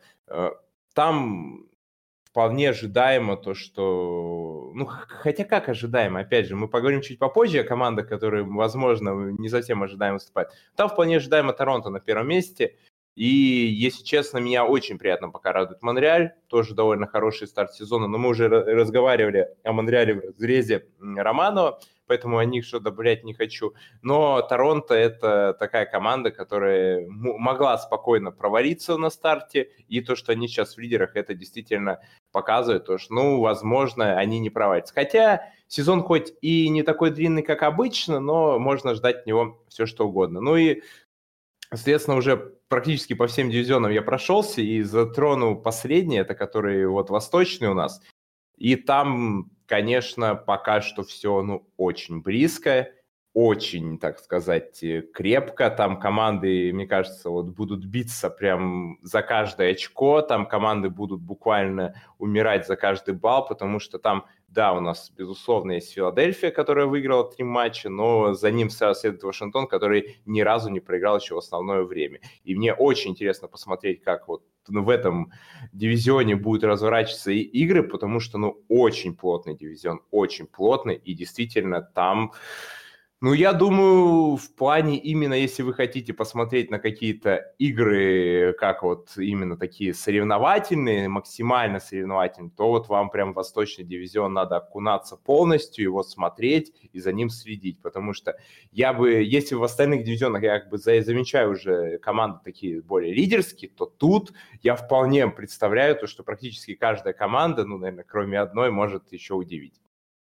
там вполне ожидаемо то, что... Ну, хотя как ожидаемо, опять же, мы поговорим чуть попозже о командах, которые, возможно, не совсем ожидаемо выступают. Там вполне ожидаемо Торонто на первом месте. И, если честно, меня очень приятно пока радует Монреаль. Тоже довольно хороший старт сезона. Но мы уже разговаривали о Монреале в разрезе Романова, поэтому о них что добавлять не хочу. Но Торонто – это такая команда, которая могла спокойно провалиться на старте. И то, что они сейчас в лидерах, это действительно показывает, то, что, ну, возможно, они не провалятся. Хотя сезон хоть и не такой длинный, как обычно, но можно ждать от него все, что угодно. Ну и, соответственно, уже практически по всем дивизионам я прошелся и затронул последний, это который вот восточный у нас. И там, конечно, пока что все, ну, очень близко, очень, так сказать, крепко. Там команды, мне кажется, вот будут биться прям за каждое очко. Там команды будут буквально умирать за каждый балл, потому что там, да, у нас, безусловно, есть Филадельфия, которая выиграла три матча, но за ним сразу следует Вашингтон, который ни разу не проиграл еще в основное время. И мне очень интересно посмотреть, как вот в этом дивизионе будут разворачиваться игры, потому что, ну, очень плотный дивизион, очень плотный, и действительно там... Ну, я думаю, в плане именно, если вы хотите посмотреть на какие-то игры, как вот именно такие соревновательные, максимально соревновательные, то вот вам прям восточный дивизион надо окунаться полностью, его смотреть и за ним следить, потому что я бы, если в остальных дивизионах я как бы замечаю уже команды такие более лидерские, то тут я вполне представляю то, что практически каждая команда, ну, наверное, кроме одной, может еще удивить.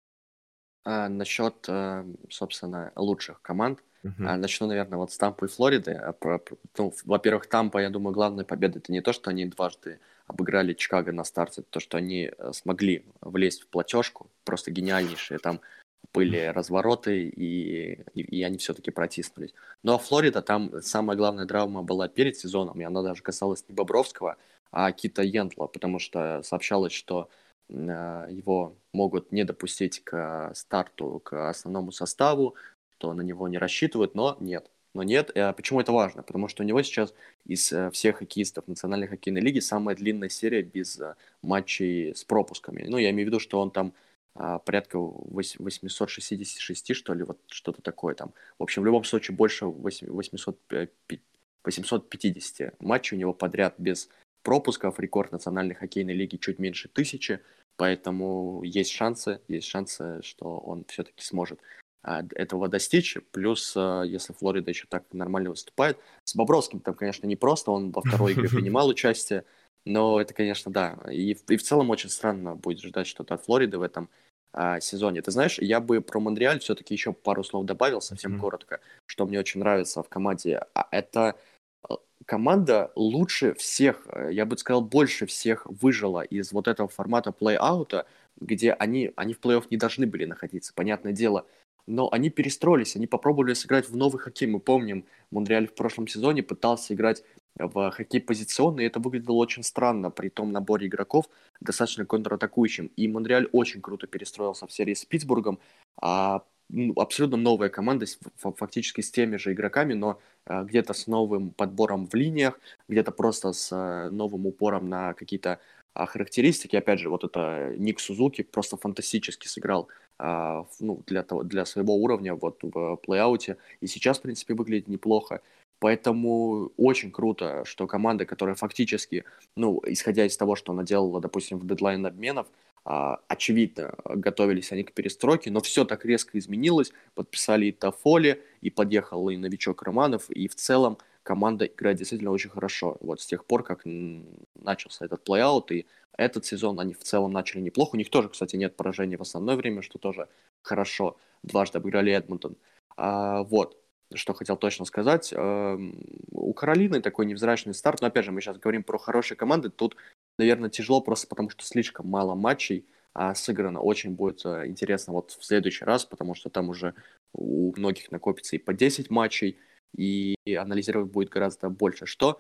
А, насчет, э, собственно, лучших команд. Uh-huh. А, начну, наверное, вот с Тампы и Флориды. А, про, про, ну, во-первых, Тампа, я думаю, главная победа — это не то, что они дважды обыграли Чикаго на старте, это то, что они смогли влезть в платежку, просто гениальнейшие. Там были развороты, и, и, и они все-таки протиснулись. Ну, а Флорида, там самая главная драма была перед сезоном, и она даже касалась не Бобровского, а Кита Йентла, потому что сообщалось, что его могут не допустить к старту, к основному составу, что на него не рассчитывают, но нет. Но нет. Почему это важно? Потому что у него сейчас из всех хоккеистов Национальной хоккейной лиги самая длинная серия без матчей с пропусками. Ну, я имею в виду, что он там порядка восемьсот шестьдесят шесть, что ли, вот что-то такое там. В общем, в любом случае больше восемьсот пятьдесят матчей у него подряд без пропусков. Рекорд Национальной хоккейной лиги чуть меньше тысячи. Поэтому есть шансы, есть шансы, что он все-таки сможет а, этого достичь. Плюс, а, если Флорида еще так нормально выступает. С Бобровским там, конечно, непросто, он во второй игре принимал участие, но это, конечно, да. И, и в целом очень странно будет ждать что-то от Флориды в этом а, сезоне. Ты знаешь, я бы про Монреаль все-таки еще пару слов добавил, совсем Мгм. коротко, что мне очень нравится в команде. А это э, команда лучше всех, э, я бы сказал, больше всех выжила из вот этого формата плей-аута, где они, они в плей-офф не должны были находиться, понятное дело. Но они перестроились, они попробовали сыграть в новый хоккей. Мы помним, Монреаль в прошлом сезоне пытался играть в хоккей позиционный, и это выглядело очень странно при том наборе игроков, достаточно контратакующим. И Монреаль очень круто перестроился в серии с Питтсбургом. А, ну, абсолютно новая команда, с- ф- фактически с теми же игроками, но а, где-то с новым подбором в линиях, где-то просто с а, новым упором на какие-то а, характеристики. Опять же, вот это Ник Сузуки просто фантастически сыграл а, в- ну, для, того, для своего уровня вот в плей-ауте. И сейчас, в принципе, выглядит неплохо. Поэтому очень круто, что команда, которая фактически, ну, исходя из того, что она делала, допустим, в дедлайн обменов, а, очевидно, готовились они к перестройке, но все так резко изменилось. Подписали и Тофоли, и подъехал и новичок Романов, и в целом команда играет действительно очень хорошо. Вот с тех пор, как м, начался этот плей-аут, и этот сезон они в целом начали неплохо. У них тоже, кстати, нет поражений в основное время, что тоже хорошо. Дважды обыграли Эдмонтон. А, вот что хотел точно сказать. Эм, У Каролины такой невзрачный старт, но опять же, мы сейчас говорим про хорошие команды, тут, наверное, тяжело просто потому, что слишком мало матчей а, сыграно. Очень будет э, интересно вот в следующий раз, потому что там уже у многих накопится и по десять матчей, и анализировать будет гораздо больше. Что?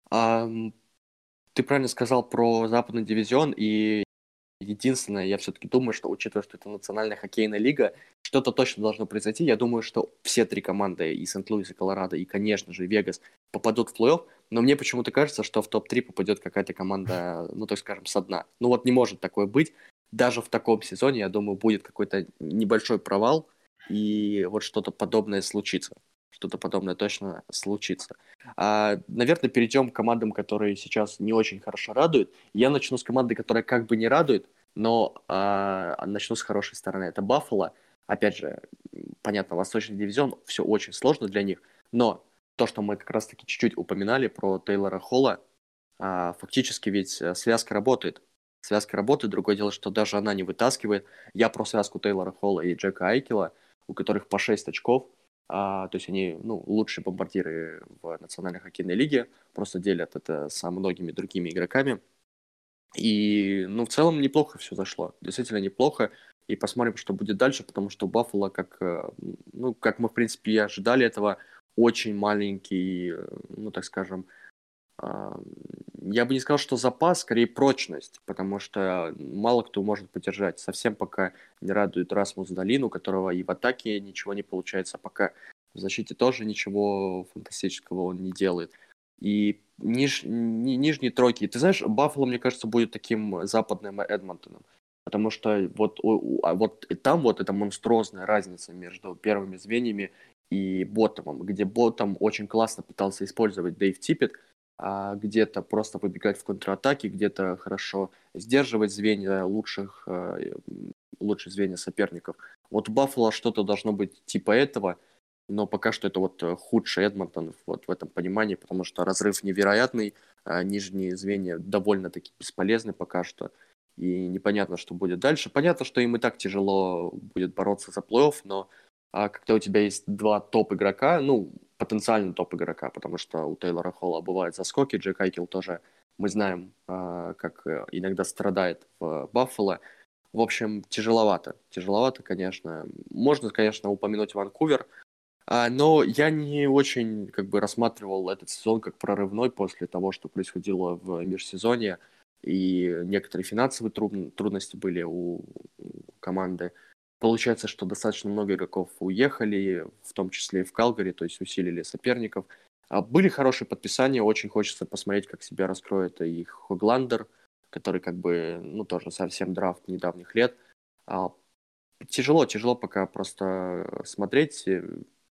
Ам, Ты правильно сказал про западный дивизион, и единственное, я все-таки думаю, что, учитывая, что это национальная хоккейная лига, что-то точно должно произойти. Я думаю, что все три команды, и Сент-Луис, и Колорадо, и, конечно же, Вегас, попадут в плей-офф, но мне почему-то кажется, что в топ три попадет какая-то команда, ну, так скажем, со дна. Ну, вот не может такое быть. Даже в таком сезоне, я думаю, будет какой-то небольшой провал, и вот что-то подобное случится. Что-то подобное точно случится. А, наверное, перейдем к командам, которые сейчас не очень хорошо радуют. Я начну с команды, которая как бы не радует, но а, начну с хорошей стороны. Это Баффало. Опять же, понятно, Восточный дивизион, все очень сложно для них, но то, что мы как раз-таки чуть-чуть упоминали про Тейлора Холла, а, фактически ведь э, связка работает. Связка работает, другое дело, что даже она не вытаскивает. Я про связку Тейлора Холла и Джека Айкела, у которых по шесть очков, а, то есть они ну, лучшие бомбардиры в Национальной хоккейной лиге, просто делят это со многими другими игроками. И, ну, в целом неплохо все зашло. Действительно неплохо. И посмотрим, что будет дальше, потому что Баффало, как, э, ну, как мы, в принципе, и ожидали этого, очень маленький, э, ну, так скажем, а, я бы не сказал, что запас, скорее прочность, потому что мало кто может поддержать. Совсем пока не радует Расмус Долин, у которого и в атаке ничего не получается, пока в защите тоже ничего фантастического он не делает. И ниж, ни- нижние тройки. Ты знаешь, Баффало, мне кажется, будет таким западным Эдмонтоном. Потому что вот, у- у- а вот и там вот эта монструозная разница между первыми звеньями и ботомом, где ботом очень классно пытался использовать Дэйв Типпет, а где-то просто выбегать в контратаке, где-то хорошо сдерживать звенья лучших, э, лучших звенья соперников. Вот у Баффало что-то должно быть типа этого, но пока что это вот э, худший Эдмонтон вот в этом понимании, потому что разрыв невероятный, а нижние звенья довольно-таки бесполезны пока что, и непонятно, что будет дальше. Понятно, что им и так тяжело будет бороться за плей-офф, но а когда у тебя есть два топ-игрока, ну, потенциально топ-игрока, потому что у Тейлора Холла бывают заскоки, Джек Айкел тоже, мы знаем, а, как э, иногда страдает в Баффало. В общем, тяжеловато. Тяжеловато, конечно. Можно, конечно, упомянуть Ванкувер, а, но я не очень как бы рассматривал этот сезон как прорывной после того, что происходило в межсезонье, и некоторые финансовые трудн- трудности были у у команды. Получается, что достаточно много игроков уехали, в том числе и в Калгари, то есть усилили соперников. А, были хорошие подписания, очень хочется посмотреть, как себя раскроет и Хогландер, который как бы, ну, тоже совсем драфт недавних лет. А, Тяжело, тяжело пока просто смотреть. э,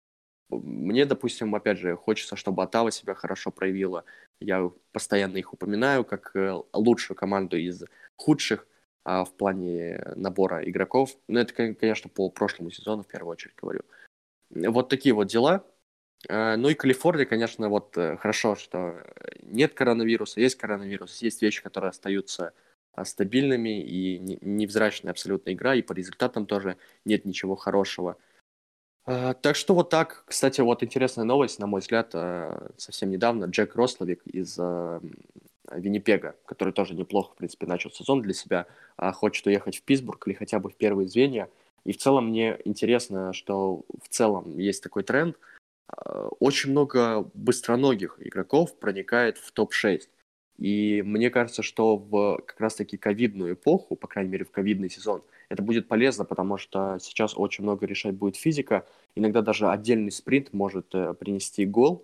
Мне, допустим, опять же, хочется, чтобы Оттава себя хорошо проявила. Я постоянно их упоминаю как э, лучшую команду из худших а, в плане набора игроков. Но это, кон- конечно, по прошлому сезону в первую очередь говорю. Вот такие вот дела. Э, Ну и Калифорния, конечно, вот э, хорошо, что нет коронавируса, есть коронавирус, есть вещи, которые остаются а, стабильными, и не- невзрачная абсолютно игра, и по результатам тоже нет ничего хорошего. А, Так что вот так. Кстати, вот интересная новость, на мой взгляд, а, совсем недавно. Джек Рословик из а, м, Виннипега, который тоже неплохо, в принципе, начал сезон для себя, а, хочет уехать в Питтсбург или хотя бы в первые звенья. И в целом мне интересно, что в целом есть такой тренд. А, Очень много быстроногих игроков проникает в топ шесть. И мне кажется, что в как раз-таки ковидную эпоху, по крайней мере в ковидный сезон, это будет полезно, потому что сейчас очень много решать будет физика. Иногда даже отдельный спринт может э, принести гол.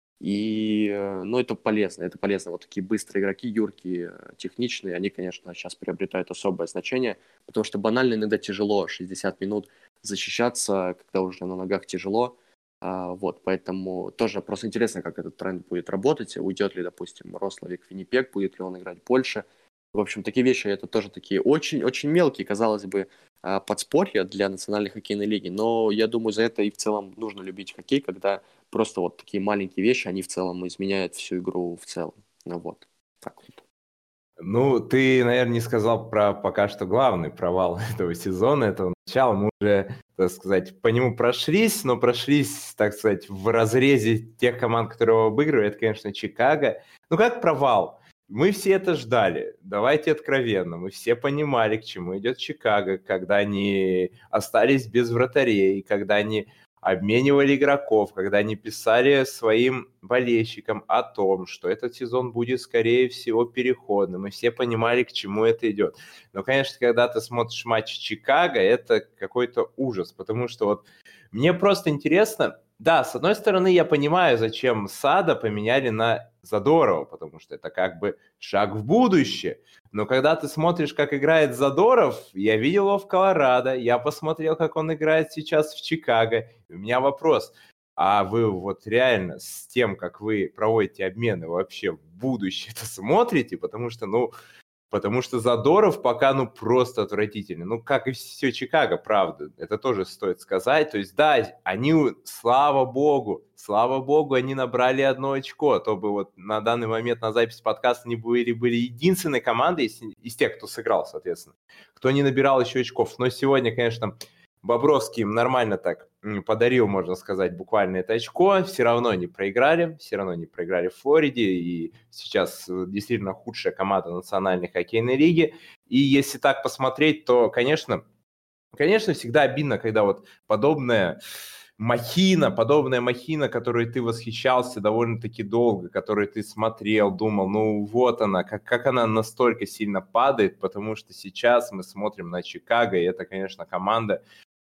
И, э, ну, это полезно, это полезно. Вот такие быстрые игроки, юркие, э, техничные, они, конечно, сейчас приобретают особое значение, потому что банально иногда тяжело шестьдесят минут защищаться, когда уже на ногах тяжело. А, вот, поэтому тоже просто интересно, как этот тренд будет работать. Уйдет ли, допустим, Рославик в Виннипег, будет ли он играть больше. В общем, такие вещи, это тоже такие очень-очень мелкие, казалось бы, а, подспорья для национальной хоккейной лиги, но я думаю, за это и в целом нужно любить хоккей, когда просто вот такие маленькие вещи, они в целом изменяют всю игру в целом. Ну вот, так вот. Ну, ты, наверное, не сказал про пока что главный провал этого сезона, этого начала. Мы уже, так сказать, по нему прошлись, но прошлись, так сказать, в разрезе тех команд, которые его обыгрывали. Это, конечно, Чикаго. Ну, как провал? Мы все это ждали. Давайте откровенно. Мы все понимали, к чему идет Чикаго, когда они остались без вратарей, когда они обменивали игроков, когда они писали своим болельщикам о том, что этот сезон будет, скорее всего, переходным, и все понимали, к чему это идет. Но, конечно, когда ты смотришь матч Чикаго, это какой-то ужас, потому что вот мне просто интересно, да, с одной стороны, я понимаю, зачем Сада поменяли на Задорова, потому что это как бы шаг в будущее. Но когда ты смотришь, как играет Задоров, я видел его в Колорадо, я посмотрел, как он играет сейчас в Чикаго. У меня вопрос, а вы вот реально с тем, как вы проводите обмены, вообще в будущее это смотрите? Потому что, ну, потому что Задоров пока, ну, просто отвратительный. Ну, как и все Чикаго, правда. Это тоже стоит сказать. То есть, да, они, слава богу, слава богу, они набрали одно очко. А то бы вот на данный момент на запись подкаста они были, были единственной командой из, из тех, кто сыграл, соответственно, кто не набирал еще очков. Но сегодня, конечно, Бобровский им нормально так подарил, можно сказать, буквально это очко. Все равно не проиграли, все равно не проиграли в Флориде. И сейчас действительно худшая команда национальной хоккейной лиги. И если так посмотреть, то, конечно, конечно, всегда обидно, когда вот подобная махина, подобная махина, которой ты восхищался довольно-таки долго, которой ты смотрел, думал, ну вот она, как, как она настолько сильно падает, потому что сейчас мы смотрим на Чикаго, и это, конечно, команда,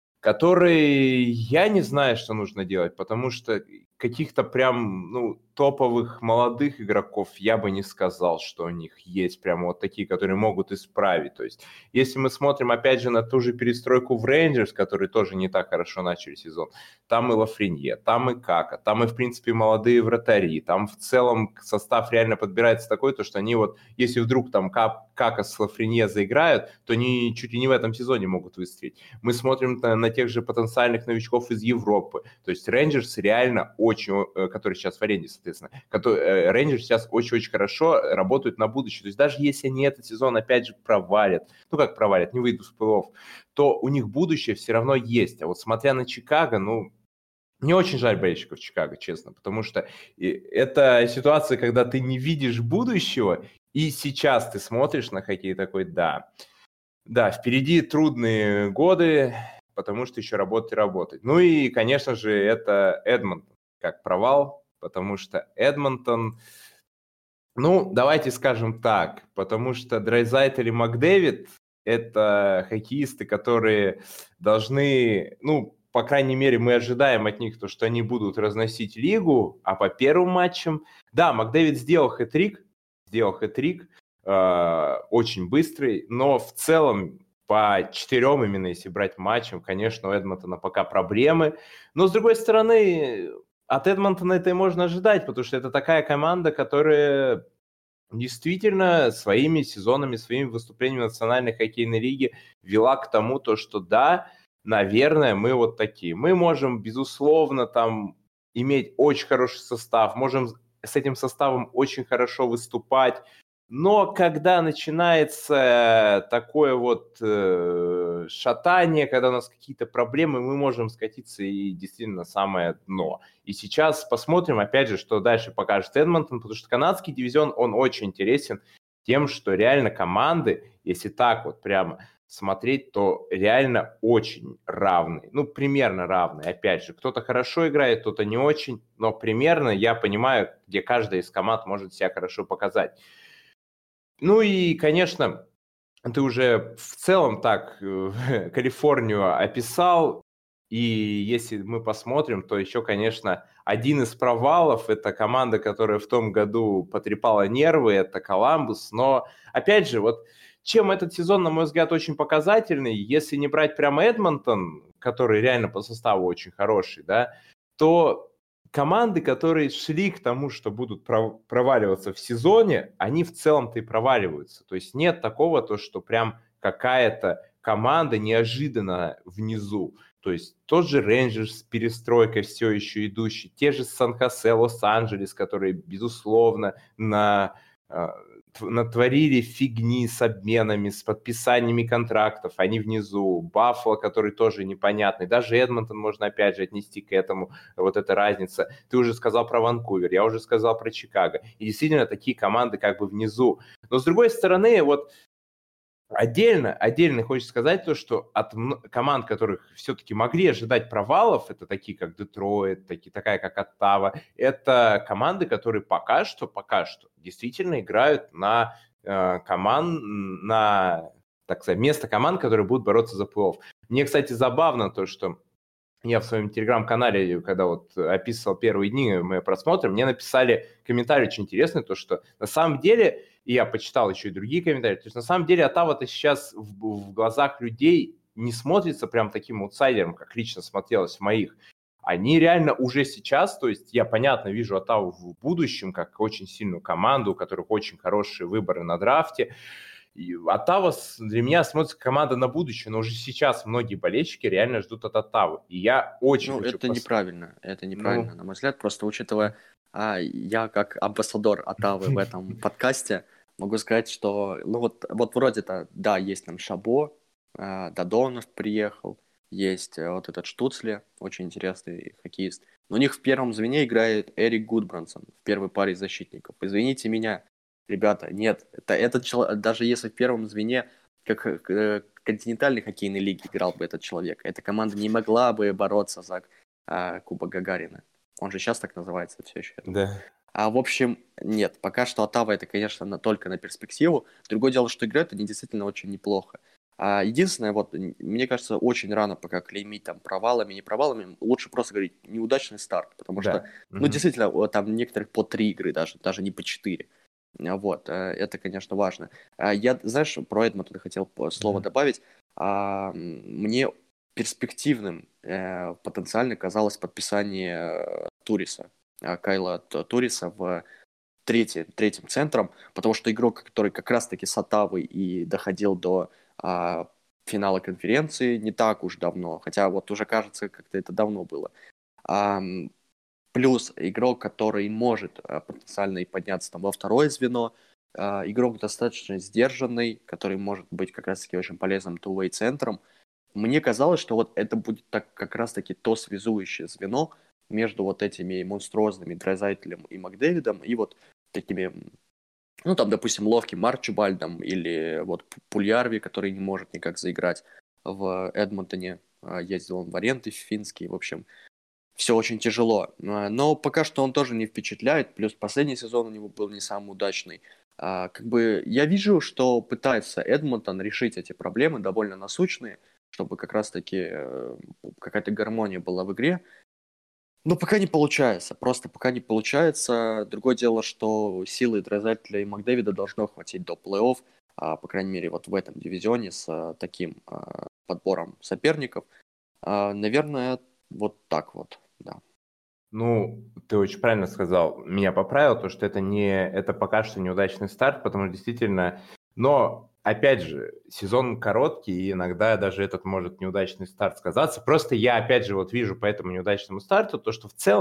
который я не знаю, что нужно делать, потому что каких-то прям, ну, топовых молодых игроков я бы не сказал, что у них есть прям вот такие, которые могут исправить. То есть, если мы смотрим, опять же, на ту же перестройку в Рейнджерс, которые тоже не так хорошо начали сезон, там и Лафренье, там и Кака, там и, в принципе, молодые вратари, там в целом состав реально подбирается такой, то, что они вот, если вдруг там Кака с Лафренье заиграют, то они чуть ли не в этом сезоне могут выстрелить. Мы смотрим на, на тех же потенциальных новичков из Европы. То есть Рейнджерс реально очень, который сейчас в аренде, соответственно, который, Рейнджерс сейчас очень-очень хорошо работают на будущее. То есть даже если они этот сезон опять же провалят, ну как провалят, не выйдут в плей-офф, то у них будущее все равно есть. А вот смотря на Чикаго, ну, мне очень жаль болельщиков Чикаго, честно, потому что это ситуация, когда ты не видишь будущего, и сейчас ты смотришь на хоккей такой, да, да, впереди трудные годы, потому что еще работать и работать. Ну и, конечно же, это Эдмонтон как провал, потому что Эдмонтон, ну, давайте скажем так, потому что Драйзайт или Макдэвид – это хоккеисты, которые должны, ну, по крайней мере, мы ожидаем от них то, что они будут разносить лигу, а по первым матчам, да, Макдэвид сделал хэт-трик, сделал хэт-трик, э, очень быстрый, но в целом по четырем, именно если брать матчем, конечно, у Эдмонтона пока проблемы, но с другой стороны, от Эдмонтона это и можно ожидать, потому что это такая команда, которая действительно своими сезонами, своими выступлениями в национальной хоккейной лиге вела к тому, то, что да, наверное, мы вот такие. Мы можем, безусловно, там иметь очень хороший состав, можем с этим составом очень хорошо выступать, Но когда начинается такое вот э, шатание, когда у нас какие-то проблемы, мы можем скатиться и действительно на самое дно. И сейчас посмотрим, опять же, что дальше покажет Эдмонтон, потому что канадский дивизион, он очень интересен тем, что реально команды, если так вот прямо смотреть, то реально очень равные. Ну, примерно равные. Опять же, кто-то хорошо играет, кто-то не очень, но примерно я понимаю, где каждая из команд может себя хорошо показать. Ну и, конечно, ты уже в целом так э, Калифорнию описал, и если мы посмотрим, то еще, конечно, один из провалов – это команда, которая в том году потрепала нервы, это Коламбус. Но, опять же, вот чем этот сезон, на мой взгляд, очень показательный, если не брать прямо Эдмонтон, который реально по составу очень хороший, да, то команды, которые шли к тому, что будут проваливаться в сезоне, они в целом-то и проваливаются. То есть нет такого, то, что прям какая-то команда неожиданно внизу. То есть тот же Рейнджерс с перестройкой все еще идущий, те же Сан-Хосе, Лос-Анджелес, которые, безусловно, на, натворили фигни с обменами, с подписаниями контрактов, они внизу. Баффало, который тоже непонятный. Даже Эдмонтон можно опять же отнести к этому, вот эта разница. Ты уже сказал про Ванкувер, я уже сказал про Чикаго. И действительно такие команды как бы внизу. Но с другой стороны, вот Отдельно, отдельно хочется сказать то, что от команд, которых все-таки могли ожидать провалов, это такие как Детройт, такие, такая как Оттава, это команды, которые пока что, пока что действительно играют на э, команд, на, так сказать, место команд, которые будут бороться за плей-офф. Мне, кстати, забавно то, что я в своем телеграм-канале, когда вот описывал первые дни мои просмотры, мне написали комментарий очень интересный, то, что на самом деле, и я почитал еще и другие комментарии, то есть на самом деле Оттава-то сейчас в, в глазах людей не смотрится прям таким аутсайдером, как лично смотрелось в моих. Они реально уже сейчас, то есть я, понятно, вижу Оттаву в будущем как очень сильную команду, у которых очень хорошие выборы на драфте. И Оттава для меня смотрится команда на будущее, но уже сейчас многие болельщики реально ждут от Оттавы. И я очень ну, хочу... это пос... неправильно, это неправильно, ну... на мой взгляд, просто учитывая, а, я как амбассадор Оттавы в этом подкасте могу сказать, что, ну вот, вот вроде-то, да, есть там Шабо, а, Додонов приехал, есть вот этот Штуцле, очень интересный хоккеист, но у них в первом звене играет Эрик Гудбрансон в первой паре защитников. Извините меня, ребята, нет, это, этот человек, даже если в первом звене, как э, континентальной хоккейной лиги играл бы этот человек, эта команда не могла бы бороться за э, Кубок Гагарина. Он же сейчас так называется все еще. Да. А в общем, нет, пока что Оттава это, конечно, на, только на перспективу. Другое дело, что играют они действительно очень неплохо. А единственное, вот, мне кажется, очень рано пока клеймить там провалами, не провалами, лучше просто говорить неудачный старт, потому да. что, ну, угу. действительно, там некоторых по три игры даже, даже не по четыре. Вот, это, конечно, важно. Я, знаешь, про Эдмонтона хотел слово mm-hmm. добавить. Мне перспективным потенциально казалось подписание Туриса, Кайла Туриса в третий, третьим центром, потому что игрок, который как раз-таки с Оттавы и доходил до финала конференции не так уж давно, хотя вот уже кажется, как-то это давно было. Плюс игрок, который может а, потенциально и подняться там во второе звено. А, игрок достаточно сдержанный, который может быть как раз-таки очень полезным two-way центром. Мне казалось, что вот это будет так, как раз-таки то связующее звено между вот этими монструозными Драйзайтелем и Макдэвидом и вот такими, ну там, допустим, ловким Арчибальдом или вот Пульярви, который не может никак заиграть в Эдмонтоне. А, ездил он в аренды финские, в общем... Все очень тяжело, но пока что он тоже не впечатляет, плюс последний сезон у него был не самый удачный. А, как бы я вижу, что пытается Эдмонтон решить эти проблемы довольно насущные, чтобы как раз-таки э, какая-то гармония была в игре, но пока не получается, просто пока не получается. Другое дело, что силы Драйзайтеля и Макдэвида должно хватить до плей-офф, а, по крайней мере вот в этом дивизионе с а, таким а, подбором соперников. А, наверное, вот так вот. Да. Ну, ты очень правильно сказал, меня поправил, то, что это не, это пока что неудачный старт, потому что действительно, но, опять же, сезон короткий, и иногда даже этот может неудачный старт сказаться. Просто я, опять же, вот вижу по этому неудачному старту, то, что в целом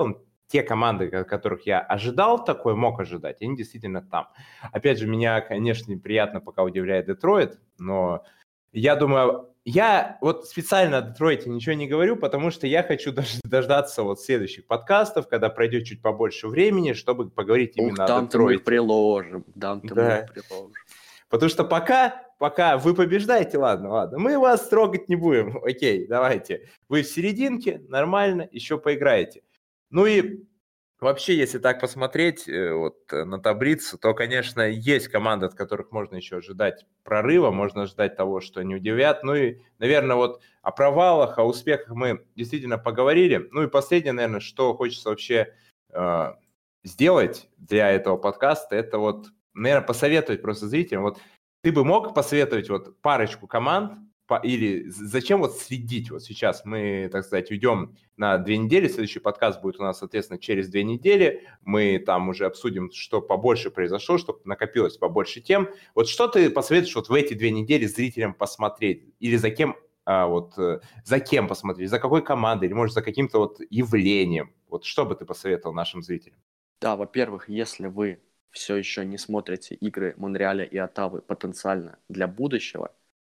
те команды, которых я ожидал такой, мог ожидать, они действительно там. Опять же, меня, конечно, неприятно пока удивляет Детройт, но я думаю, я вот специально о Детройте ничего не говорю, потому что я хочу дождаться вот следующих подкастов, когда пройдет чуть побольше времени, чтобы поговорить именно Ух, о Детройте. Там-то мы их приложим, там-то да. мы их приложим. Потому что пока, пока вы побеждаете, ладно, ладно, мы вас трогать не будем, окей, давайте. Вы в серединке, нормально, еще поиграете. Ну и вообще, если так посмотреть вот на таблицу, то, конечно, есть команды, от которых можно еще ожидать прорыва, можно ожидать того, что они удивят. Ну и, наверное, вот о провалах, о успехах мы действительно поговорили. Ну и последнее, наверное, что хочется вообще э, сделать для этого подкаста, это вот, наверное, посоветовать просто зрителям. Вот ты бы мог посоветовать вот парочку команд, или зачем вот следить? Вот сейчас мы, так сказать, уйдем на две недели, следующий подкаст будет у нас, соответственно, через две недели, мы там уже обсудим, что побольше произошло, чтобы накопилось побольше тем. Вот что ты посоветуешь вот в эти две недели зрителям посмотреть? Или за кем, а, вот, за кем посмотреть? За какой командой? Или, может, за каким-то вот явлением? Вот что бы ты посоветовал нашим зрителям? Да, во-первых, если вы все еще не смотрите игры Монреаля и Оттавы потенциально для будущего,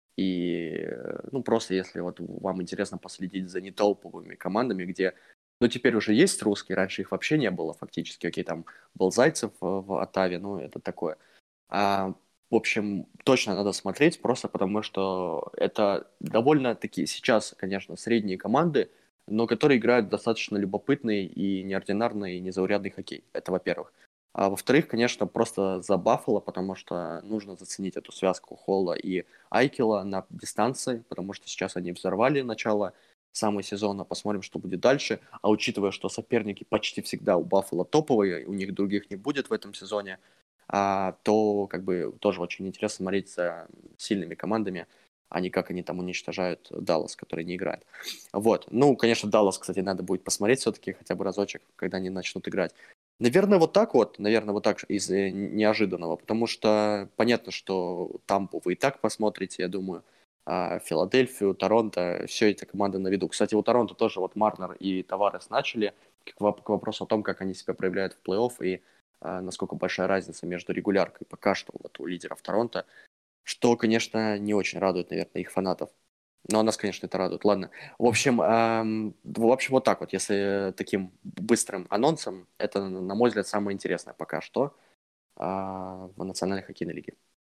и, ну, просто если вот вам интересно последить за нетоповыми командами, где, ну, теперь уже есть русские, раньше их вообще не было фактически. Окей, там был Зайцев в Оттаве, ну, это такое. А, в общем, точно надо смотреть, просто потому что это довольно-таки сейчас, конечно, средние команды, но которые играют достаточно любопытный и неординарный, и незаурядный хоккей. Это во-первых. А во-вторых, конечно, просто за Баффало, потому что нужно заценить эту связку Холла и Айкела на дистанции, потому что сейчас они взорвали начало самого сезона, посмотрим, что будет дальше. А учитывая, что соперники почти всегда у Баффало топовые, у них других не будет в этом сезоне, а, то как бы тоже очень интересно смотреть за сильными командами, а не как они там уничтожают Даллас, который не играет. Вот. Ну, конечно, Даллас, кстати, надо будет посмотреть все-таки хотя бы разочек, когда они начнут играть. Наверное, вот так вот, наверное, вот так из неожиданного, потому что понятно, что Тампу вы и так посмотрите, я думаю, а Филадельфию, Торонто, все эти команды на виду. Кстати, у Торонто тоже вот Марнер и Таварес начали, к вопросу о том, как они себя проявляют в плей-офф и а, насколько большая разница между регуляркой пока что вот у лидеров Торонто, что, конечно, не очень радует, наверное, их фанатов. Но нас, конечно, это радует. Ладно. В общем, эм, в общем, вот так вот, если таким быстрым анонсом, это, на мой взгляд, самое интересное пока что э, в Национальной хоккейной лиге.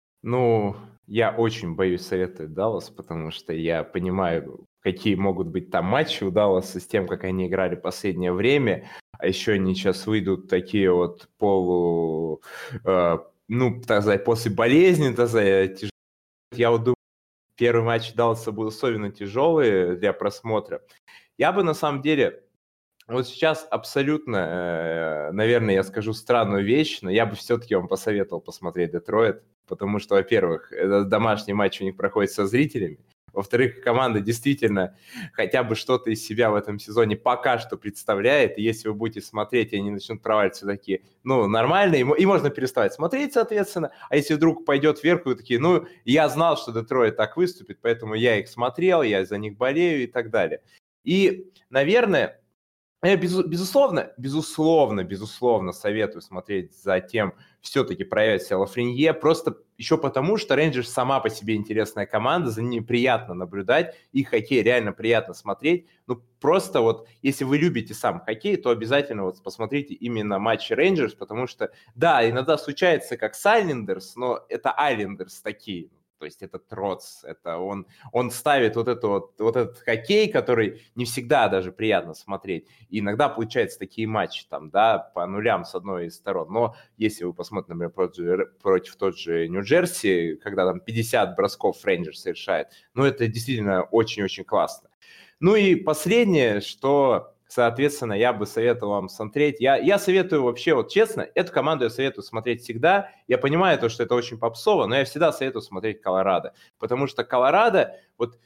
Ну, я очень боюсь советовать Даллас, потому что я понимаю, какие могут быть там матчи у Далласа с тем, как они играли в последнее время. А еще они сейчас выйдут такие вот полу... Э, ну, так сказать, после болезни, так сказать, тяж... я вот думаю, первый матч Далласа был особенно тяжелый для просмотра. Я бы на самом деле, вот сейчас абсолютно, э, наверное, я скажу странную вещь, но я бы все-таки вам посоветовал посмотреть Детройт, потому что, во-первых, этот домашний матч у них проходит со зрителями, во-вторых, команда действительно хотя бы что-то из себя в этом сезоне пока что представляет, и если вы будете смотреть, и они начнут проваливаться такие, ну, нормально, и, и можно переставать смотреть, соответственно, а если вдруг пойдет вверх, вы такие, ну, я знал, что Детройт так выступит, поэтому я их смотрел, я за них болею и так далее. И, наверное, я безусловно, безусловно, безусловно советую смотреть за тем, все-таки проявит себя Лафренье, просто еще потому, что Рейнджерс сама по себе интересная команда, за ними приятно наблюдать, их хоккей реально приятно смотреть. Ну, просто вот, если вы любите сам хоккей, то обязательно вот посмотрите именно матчи Рейнджерс, потому что, да, иногда случается как с Айлендерс, но это Айлендерс такие. То есть это Троц, это он, он ставит вот, это вот, вот этот хоккей, который не всегда даже приятно смотреть. И иногда получаются такие матчи, там, да, по нулям с одной из сторон. Но если вы посмотрите, например, против, против тот же Нью-Джерси, когда там пятьдесят бросков Рейнджерс совершает, ну, это действительно очень-очень классно. Ну и последнее, что... Соответственно, я бы советовал вам смотреть. Я, я советую вообще, вот честно, эту команду я советую смотреть всегда. Я понимаю то, что это очень попсово, но я всегда советую смотреть Колорадо. Потому что Колорадо, вот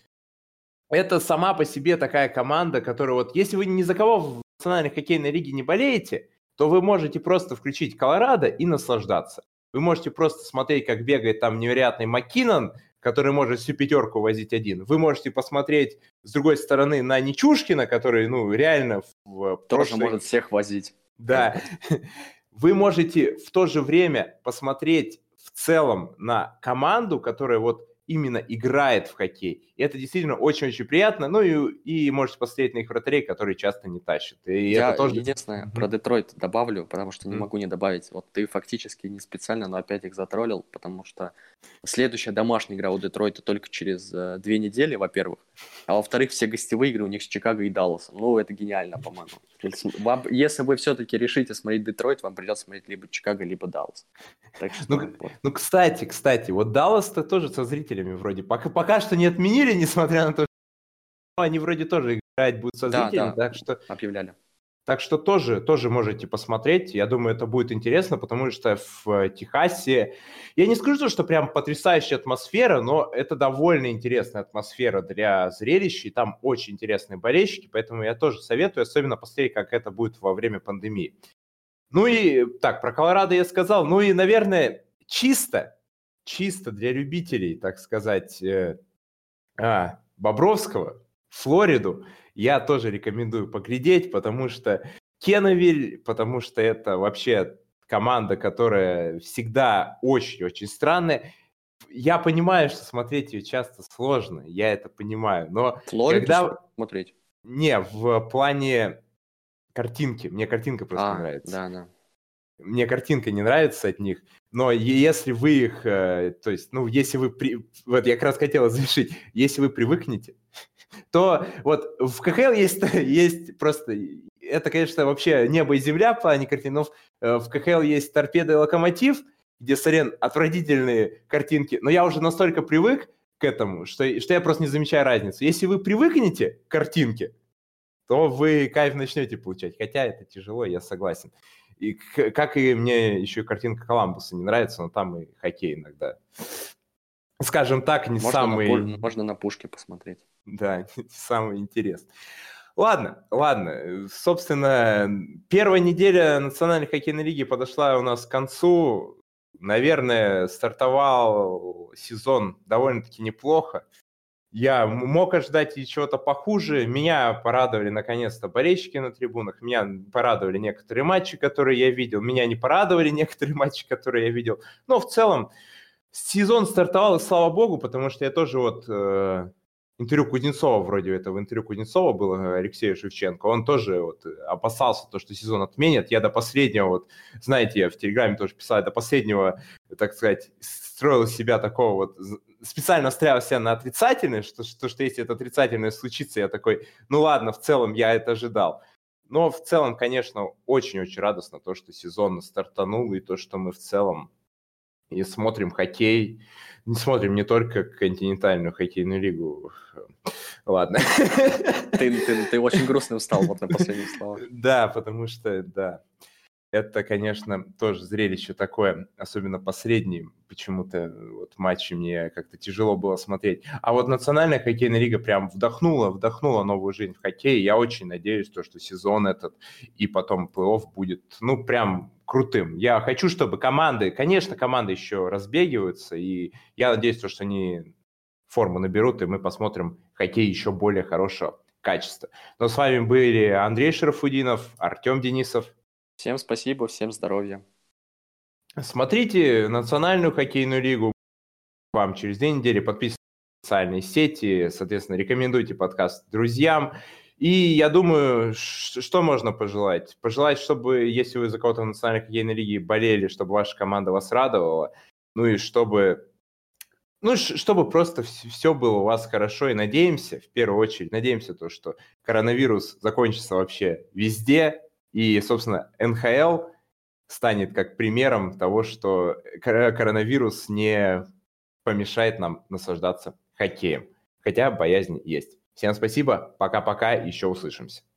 это сама по себе такая команда, которая вот, если вы ни за кого в национальной хоккейной лиге не болеете, то вы можете просто включить Колорадо и наслаждаться. Вы можете просто смотреть, как бегает там невероятный Маккинон, который может всю пятерку возить один. Вы можете посмотреть, с другой стороны, на Нечушкина, который, ну, реально... в Тоже прошлой... может всех возить. Да. Вы можете в то же время посмотреть в целом на команду, которая вот именно играет в хоккей. И это действительно очень-очень приятно. Ну и, и можете посмотреть на их вратарей, которые часто не тащат. И Я это тоже... единственное Мгм. про Детройт добавлю, потому что не Мгм. могу не добавить. Вот ты фактически не специально, но опять их затроллил, потому что следующая домашняя игра у Детройта только через э, две недели, во-первых. А во-вторых, все гостевые игры у них с Чикаго и Далласом. Ну, это гениально, по-моему. Вам- Если вы все-таки решите смотреть Детройт, вам придется смотреть либо Чикаго, либо Даллас. Так что Ну, вот. ну, кстати, кстати, вот Даллас-то тоже со зрителями вроде. Пока, пока что не отменили, несмотря на то, что они вроде тоже играть будут со Да, зрителями, да, так что... объявляли. Так что тоже, тоже можете посмотреть. Я думаю, это будет интересно, потому что в Техасе... Я не скажу, что прям потрясающая атмосфера, но это довольно интересная атмосфера для зрелища, и там очень интересные болельщики, поэтому я тоже советую, особенно посмотреть, как это будет во время пандемии. Ну и так, про Колорадо я сказал. Ну и, наверное, чисто, чисто для любителей, так сказать, э, а, Бобровского, Флориду, я тоже рекомендую поглядеть, потому что Кенневиль, потому что это вообще команда, которая всегда очень-очень странная. Я понимаю, что смотреть ее часто сложно, я это понимаю, но Флориду когда... смотреть? Не, в плане картинки, мне картинка просто не А, нравится. да, да. Мне картинка не нравится от них, но если вы их, э, то есть, ну, если вы, при... вот я как раз хотел завершить, если вы привыкнете, то вот в КХЛ есть, есть просто, это, конечно, вообще небо и земля в плане картин, но в, э, в КХЛ есть Торпедо и Локомотив, где с арен отвратительные картинки, но я уже настолько привык к этому, что, что я просто не замечаю разницу. Если вы привыкнете к картинке, то вы кайф начнете получать, хотя это тяжело, я согласен. И к- как и мне еще картинка Коламбуса не нравится, но там и хоккей иногда, скажем так, не Можно на, пу- самый, можно на пушке посмотреть. да, не самый интересный. Ладно, ладно. Собственно, первая неделя Национальной хоккейной лиги подошла у нас к концу. Наверное, стартовал сезон довольно-таки неплохо. Я м- мог ожидать и чего-то похуже. Меня порадовали наконец-то болельщики на трибунах. Меня порадовали некоторые матчи, которые я видел. Меня не порадовали некоторые матчи, которые я видел. Но в целом сезон стартовал, и слава богу, потому что я тоже вот... э, интервью Кузнецова, вроде это в интервью Кузнецова было, Алексея Шевченко, он тоже вот опасался, то, что сезон отменят. Я до последнего, вот, знаете, я в Телеграме тоже писал, я до последнего, так сказать, строил из себя такого вот, специально строил себя на отрицательное, что, что, что если это отрицательное случится, я такой, ну ладно, в целом я это ожидал. Но в целом, конечно, очень-очень радостно то, что сезон стартанул, и то, что мы в целом и смотрим хоккей, не смотрим не только континентальную хоккейную лигу. Ладно. Ты, ты, ты очень грустным стал вот на последних словах. Да, потому что, да, это, конечно, тоже зрелище такое, особенно последние почему-то вот матчи мне как-то тяжело было смотреть. А вот Национальная хоккейная лига прям вдохнула, вдохнула новую жизнь в хоккей. Я очень надеюсь, то, что сезон этот и потом плей-офф будет, ну, прям крутым. Я хочу, чтобы команды, конечно, команды еще разбегиваются, и я надеюсь, то, что они форму наберут, и мы посмотрим хоккей еще более хорошего качества. Но с вами были Андрей Шарафудинов, Артем Денисов. Всем спасибо, всем здоровья. Смотрите Национальную хоккейную лигу вам через две недели, подписывайтесь на социальные сети, соответственно, рекомендуйте подкаст друзьям. И я думаю, ш- что можно пожелать? Пожелать, чтобы, если вы за кого-то в Национальной хоккейной лиге болели, чтобы ваша команда вас радовала, ну и чтобы, ну, ш- чтобы просто все было у вас хорошо. И надеемся, в первую очередь, надеемся, то, что коронавирус закончится вообще везде. И, собственно, эн ха эл станет как примером того, что кор- коронавирус не помешает нам наслаждаться хоккеем. Хотя боязнь есть. Всем спасибо, пока-пока, еще услышимся.